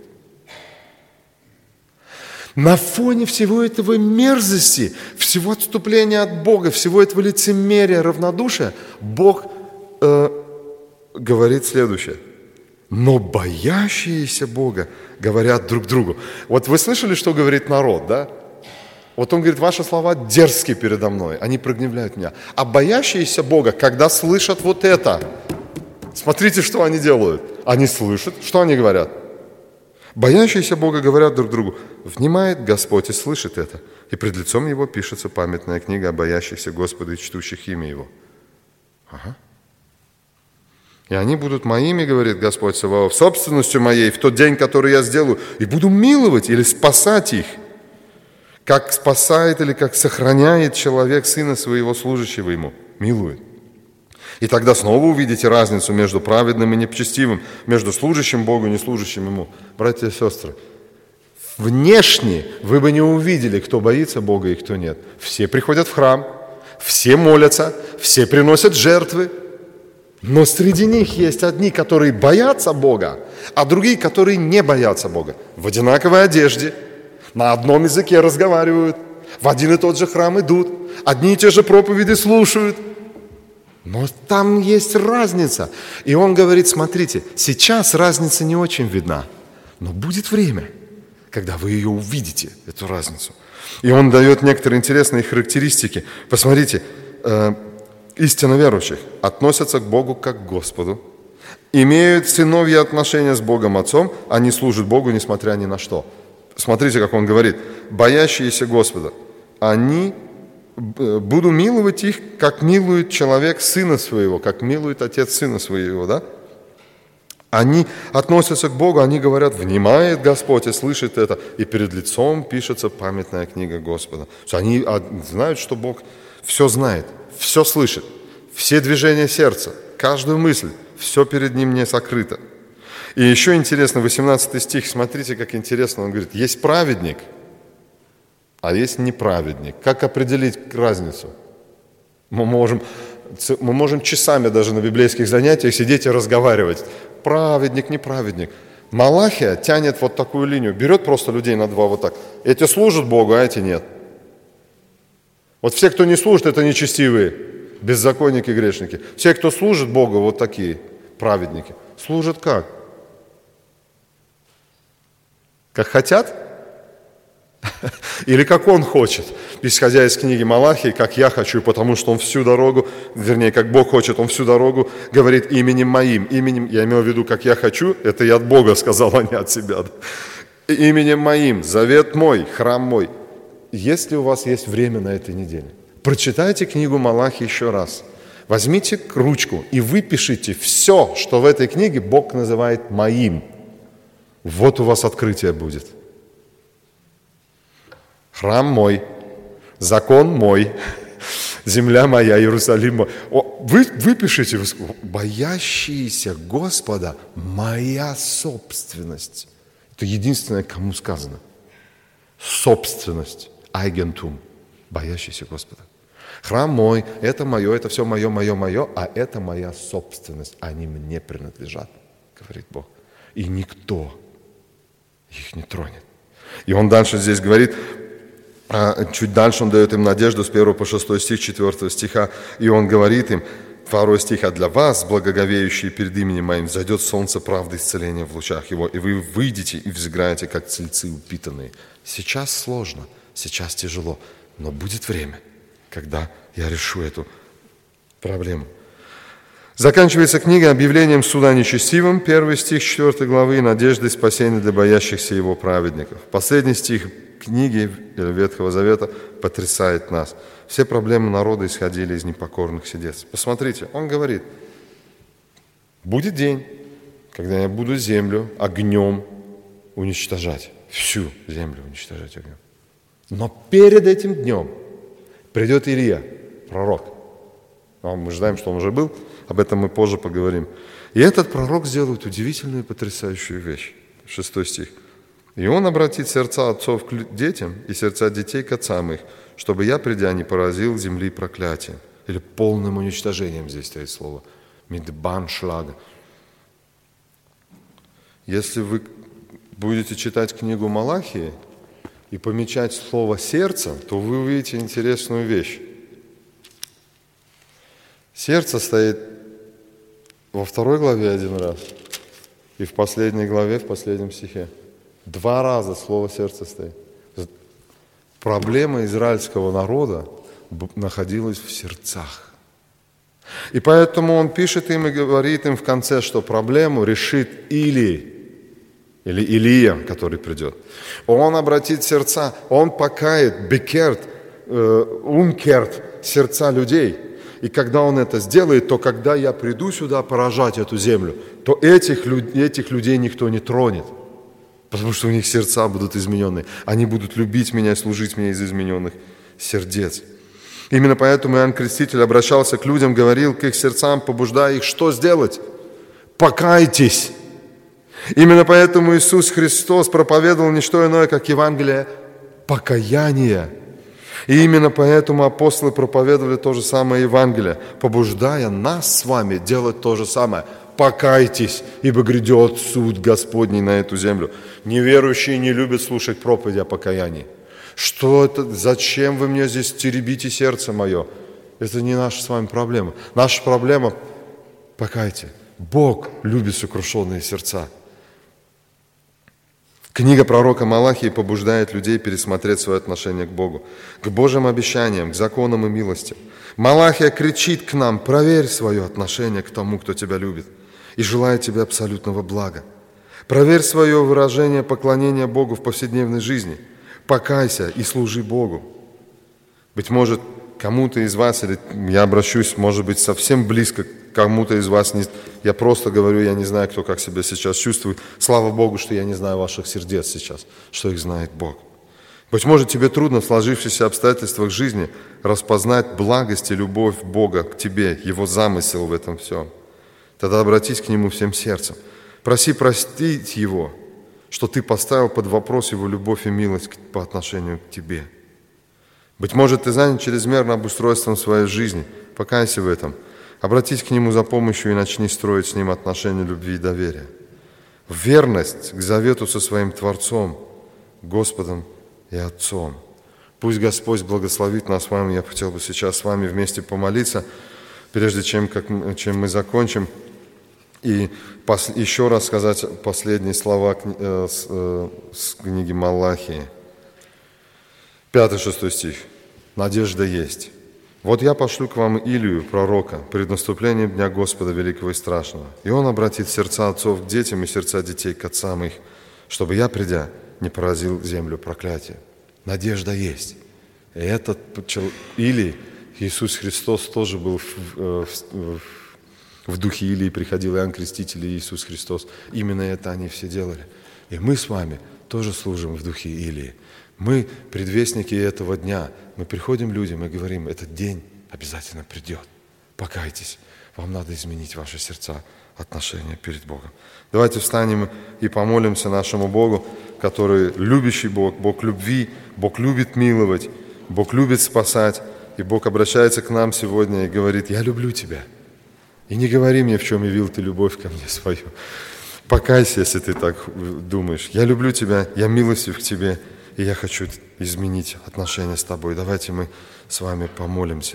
На фоне всего этого мерзости, всего отступления от Бога, всего этого лицемерия, равнодушия, Бог э, говорит следующее. Но боящиеся Бога говорят друг другу. Вот вы слышали, что говорит народ, да? Вот он говорит, ваши слова дерзкие передо мной, они прогневляют меня. А боящиеся Бога, когда слышат вот это, смотрите, что они делают. Они слышат, что они говорят? Боящиеся Бога говорят друг другу, внимает Господь и слышит это. И пред лицом Его пишется памятная книга о боящихся Господа и чтущих имя Его. Ага. И они будут моими, говорит Господь Саваоф, собственностью моей в тот день, который я сделаю, и буду миловать или спасать их, как спасает или как сохраняет человек сына своего, служащего ему, милует. И тогда снова увидите разницу между праведным и непчестивым, между служащим Богу и неслужащим Ему. Братья и сестры, внешне вы бы не увидели, кто боится Бога и кто нет. Все приходят в храм, все молятся, все приносят жертвы, но среди них есть одни, которые боятся Бога, а другие, которые не боятся Бога. В одинаковой одежде, на одном языке разговаривают, в один и тот же храм идут, одни и те же проповеди слушают. Но там есть разница. И он говорит, смотрите, сейчас разница не очень видна, но будет время, когда вы ее увидите, эту разницу. И он дает некоторые интересные характеристики. Посмотрите, э, истинно верующих относятся к Богу как к Господу, имеют сыновья отношения с Богом Отцом, они служат Богу, несмотря ни на что. Смотрите, как он говорит, боящиеся Господа, они, буду миловать их, как милует человек сына своего, как милует отец сына своего, да? Они относятся к Богу, они говорят, внимает Господь и слышит это, и перед лицом пишется памятная книга Господа. Они знают, что Бог все знает, все слышит, все движения сердца, каждую мысль, все перед Ним не сокрыто. И еще интересно, восемнадцатый стих, смотрите, как интересно, он говорит, есть праведник, а есть неправедник. Как определить разницу? Мы можем, мы можем часами даже на библейских занятиях сидеть и разговаривать. Праведник, неправедник. Малахия тянет вот такую линию, берет просто людей на два вот так. Эти служат Богу, а эти нет. Вот все, кто не служит, это нечестивые, беззаконники, грешники. Все, кто служит Богу, вот такие праведники. Служат как? Как хотят? Или как он хочет, исходя из книги Малахии, как я хочу, потому что он всю дорогу, вернее, как Бог хочет, он всю дорогу говорит именем моим. Именем, я имею в виду, как я хочу, это я от Бога сказал, а не от себя. Именем моим, завет мой, храм мой. Если у вас есть время на этой неделе, прочитайте книгу Малахии еще раз. Возьмите ручку и выпишите все, что в этой книге Бог называет моим. Вот у вас открытие будет. Храм мой, закон мой, земля моя, Иерусалим мой. Вы выпишите, боящиеся Господа, моя собственность. Это единственное, кому сказано. Собственность, айгентум, боящийся Господа. Храм мой, это мое, это все мое, мое, мое, а это моя собственность. Они мне принадлежат, говорит Бог. И никто их не тронет. И он дальше здесь говорит, чуть дальше он дает им надежду с первого по шестой стих, четвёртого стиха, и он говорит им, второй стих, «А для вас, благоговеющие перед именем моим, зайдет солнце правды исцеления в лучах его, и вы выйдете и взыграете, как тельцы упитанные». Сейчас сложно, сейчас тяжело, но будет время, когда я решу эту проблему. Заканчивается книга объявлением суда нечестивым, первый стих четвёртой главы, надеждой спасения для боящихся его праведников. Последний стих книги Ветхого Завета потрясает нас. Все проблемы народа исходили из непокорных сердец. Посмотрите, он говорит, будет день, когда я буду землю огнем уничтожать, всю землю уничтожать огнем. Но перед этим днем придет Илия, пророк. Мы знаем, что он уже был, об этом мы позже поговорим. И этот пророк сделает удивительную и потрясающую вещь. Шестой стих. «И он обратит сердца отцов к детям и сердца детей к отцам их, чтобы я, придя, не поразил земли проклятием». Или полным уничтожением здесь стоит слово. «Мидбаншлага». Если вы будете читать книгу Малахии и помечать слово «сердце», то вы увидите интересную вещь. Сердце стоит во второй главе один раз и в последней главе, в последнем стихе. Два раза слово «сердце» стоит. Проблема израильского народа находилась в сердцах. И поэтому он пишет им и говорит им в конце, что проблему решит Или, или Илия, который придет. Он обратит сердца, он покает, бекерт, умкерт, сердца людей. И когда он это сделает, то когда я приду сюда поражать эту землю, то этих, этих людей никто не тронет. Потому что у них сердца будут измененные. Они будут любить меня и служить мне из измененных сердец. Именно поэтому Иоанн Креститель обращался к людям, говорил к их сердцам, побуждая их, что сделать? Покайтесь! Именно поэтому Иисус Христос проповедовал не что иное, как Евангелие покаяния. И именно поэтому апостолы проповедовали то же самое Евангелие, побуждая нас с вами делать то же самое. Покайтесь, ибо грядет суд Господний на эту землю. Неверующие не любят слушать проповеди о покаянии. Что это? Зачем вы мне здесь теребите сердце мое? Это не наша с вами проблема. Наша проблема – покайте. Бог любит сокрушенные сердца. Книга пророка Малахии побуждает людей пересмотреть свое отношение к Богу, к Божьим обещаниям, к законам и милостям. Малахия кричит к нам: проверь свое отношение к тому, кто тебя любит и желает тебе абсолютного блага. Проверь свое выражение поклонения Богу в повседневной жизни. Покайся и служи Богу. Быть может, кому-то из вас, или я обращусь, может быть, совсем близко к кому-то из вас, не, я просто говорю, я не знаю, кто как себя сейчас чувствует. Слава Богу, что я не знаю ваших сердец сейчас, что их знает Бог. Быть может, тебе трудно в сложившихся обстоятельствах жизни распознать благость и любовь Бога к тебе, Его замысел в этом всем. Тогда обратись к Нему всем сердцем. Проси простить его, что ты поставил под вопрос его любовь и милость по отношению к тебе. Быть может, ты занят чрезмерно обустройством своей жизни. Покайся в этом. Обратись к нему за помощью и начни строить с ним отношения любви и доверия. В верность к завету со своим Творцом, Господом и Отцом. Пусть Господь благословит нас с вами. Я хотел бы сейчас с вами вместе помолиться, прежде чем, как, чем мы закончим. И пос, еще раз сказать последние слова э, с, э, с книги Малахии. Пятый-шестой стих. «Надежда есть. Вот я пошлю к вам Илию, пророка, пред наступлением Дня Господа Великого и Страшного, и он обратит сердца отцов к детям и сердца детей к отцам их, чтобы я, придя, не поразил землю проклятием». Надежда есть. И этот Илий, Иисус Христос, тоже был в, в, в, в духе Илии, приходил Иоанн Креститель и Иисус Христос. Именно это они все делали. И мы с вами тоже служим в духе Илии. Мы предвестники этого дня. Мы приходим людям и говорим, этот день обязательно придет. Покайтесь. Вам надо изменить ваши сердца, отношения перед Богом. Давайте встанем и помолимся нашему Богу, который любящий Бог, Бог любви, Бог любит миловать, Бог любит спасать. И Бог обращается к нам сегодня и говорит, я люблю тебя. И не говори мне, в чем явил ты любовь ко мне свою. Покайся, если ты так думаешь. Я люблю тебя, я милостив к тебе. И я хочу изменить отношения с тобой. Давайте мы с вами помолимся.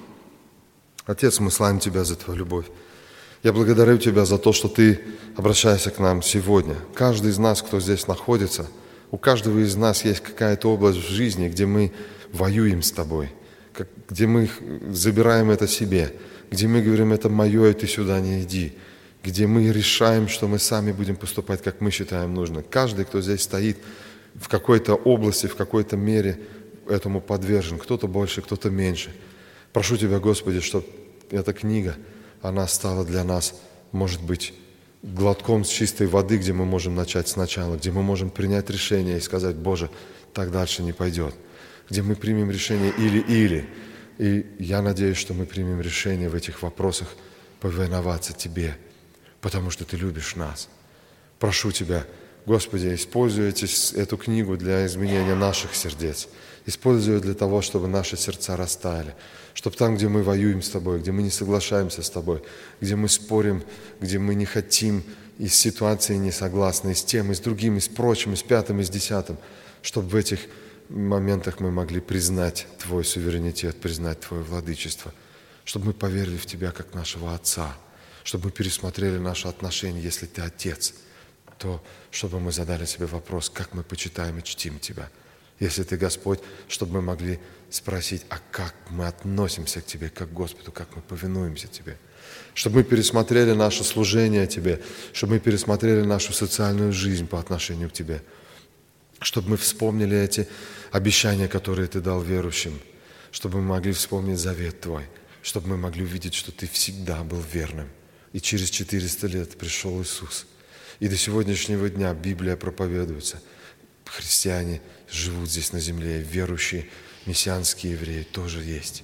Отец, мы славим Тебя за Твою любовь. Я благодарю Тебя за то, что Ты обращаешься к нам сегодня. Каждый из нас, кто здесь находится, у каждого из нас есть какая-то область в жизни, где мы воюем с Тобой, где мы забираем это себе, где мы говорим, это мое, и ты сюда не иди, где мы решаем, что мы сами будем поступать, как мы считаем нужно. Каждый, кто здесь стоит, в какой-то области, в какой-то мере этому подвержен. Кто-то больше, кто-то меньше. Прошу Тебя, Господи, чтобы эта книга, она стала для нас, может быть, глотком с чистой воды, где мы можем начать сначала, где мы можем принять решение и сказать, Боже, так дальше не пойдет. Где мы примем решение или-или. И я надеюсь, что мы примем решение в этих вопросах повиноваться Тебе, потому что Ты любишь нас. Прошу Тебя, Господи, используй эту книгу для изменения наших сердец. Используй ее для того, чтобы наши сердца растаяли. Чтобы там, где мы воюем с Тобой, где мы не соглашаемся с Тобой, где мы спорим, где мы не хотим, и с ситуацией не согласны, и с тем, и с другим, и с прочим, и с пятым, и с десятым, чтобы в этих моментах мы могли признать Твой суверенитет, признать Твое владычество, чтобы мы поверили в Тебя как нашего Отца, чтобы мы пересмотрели наши отношения, если Ты Отец, то чтобы мы задали себе вопрос, как мы почитаем и чтим Тебя. Если Ты Господь, чтобы мы могли спросить, а как мы относимся к Тебе, как к Господу, как мы повинуемся Тебе. Чтобы мы пересмотрели наше служение Тебе, чтобы мы пересмотрели нашу социальную жизнь по отношению к Тебе, чтобы мы вспомнили эти обещания, которые Ты дал верующим, чтобы мы могли вспомнить завет Твой, чтобы мы могли увидеть, что Ты всегда был верным. И через четыреста лет пришел Иисус. И до сегодняшнего дня Библия проповедуется. Христиане живут здесь на земле, верующие, мессианские евреи тоже есть.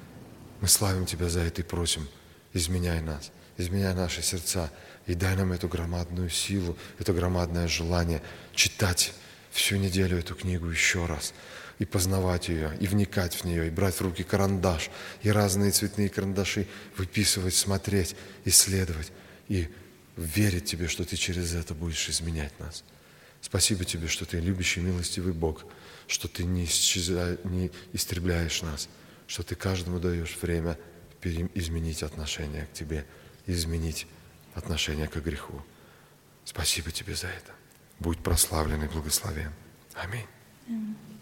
Мы славим Тебя за это и просим, изменяй нас, изменяй наши сердца и дай нам эту громадную силу, это громадное желание читать всю неделю эту книгу еще раз и познавать ее, и вникать в нее, и брать в руки карандаш, и разные цветные карандаши выписывать, смотреть, исследовать и верить Тебе, что Ты через это будешь изменять нас. Спасибо Тебе, что Ты любящий, милостивый Бог, что Ты не, исчеза... не истребляешь нас, что Ты каждому даешь время изменить отношение к Тебе, изменить отношение к греху. Спасибо Тебе за это. Будь прославлен и благословен. Аминь.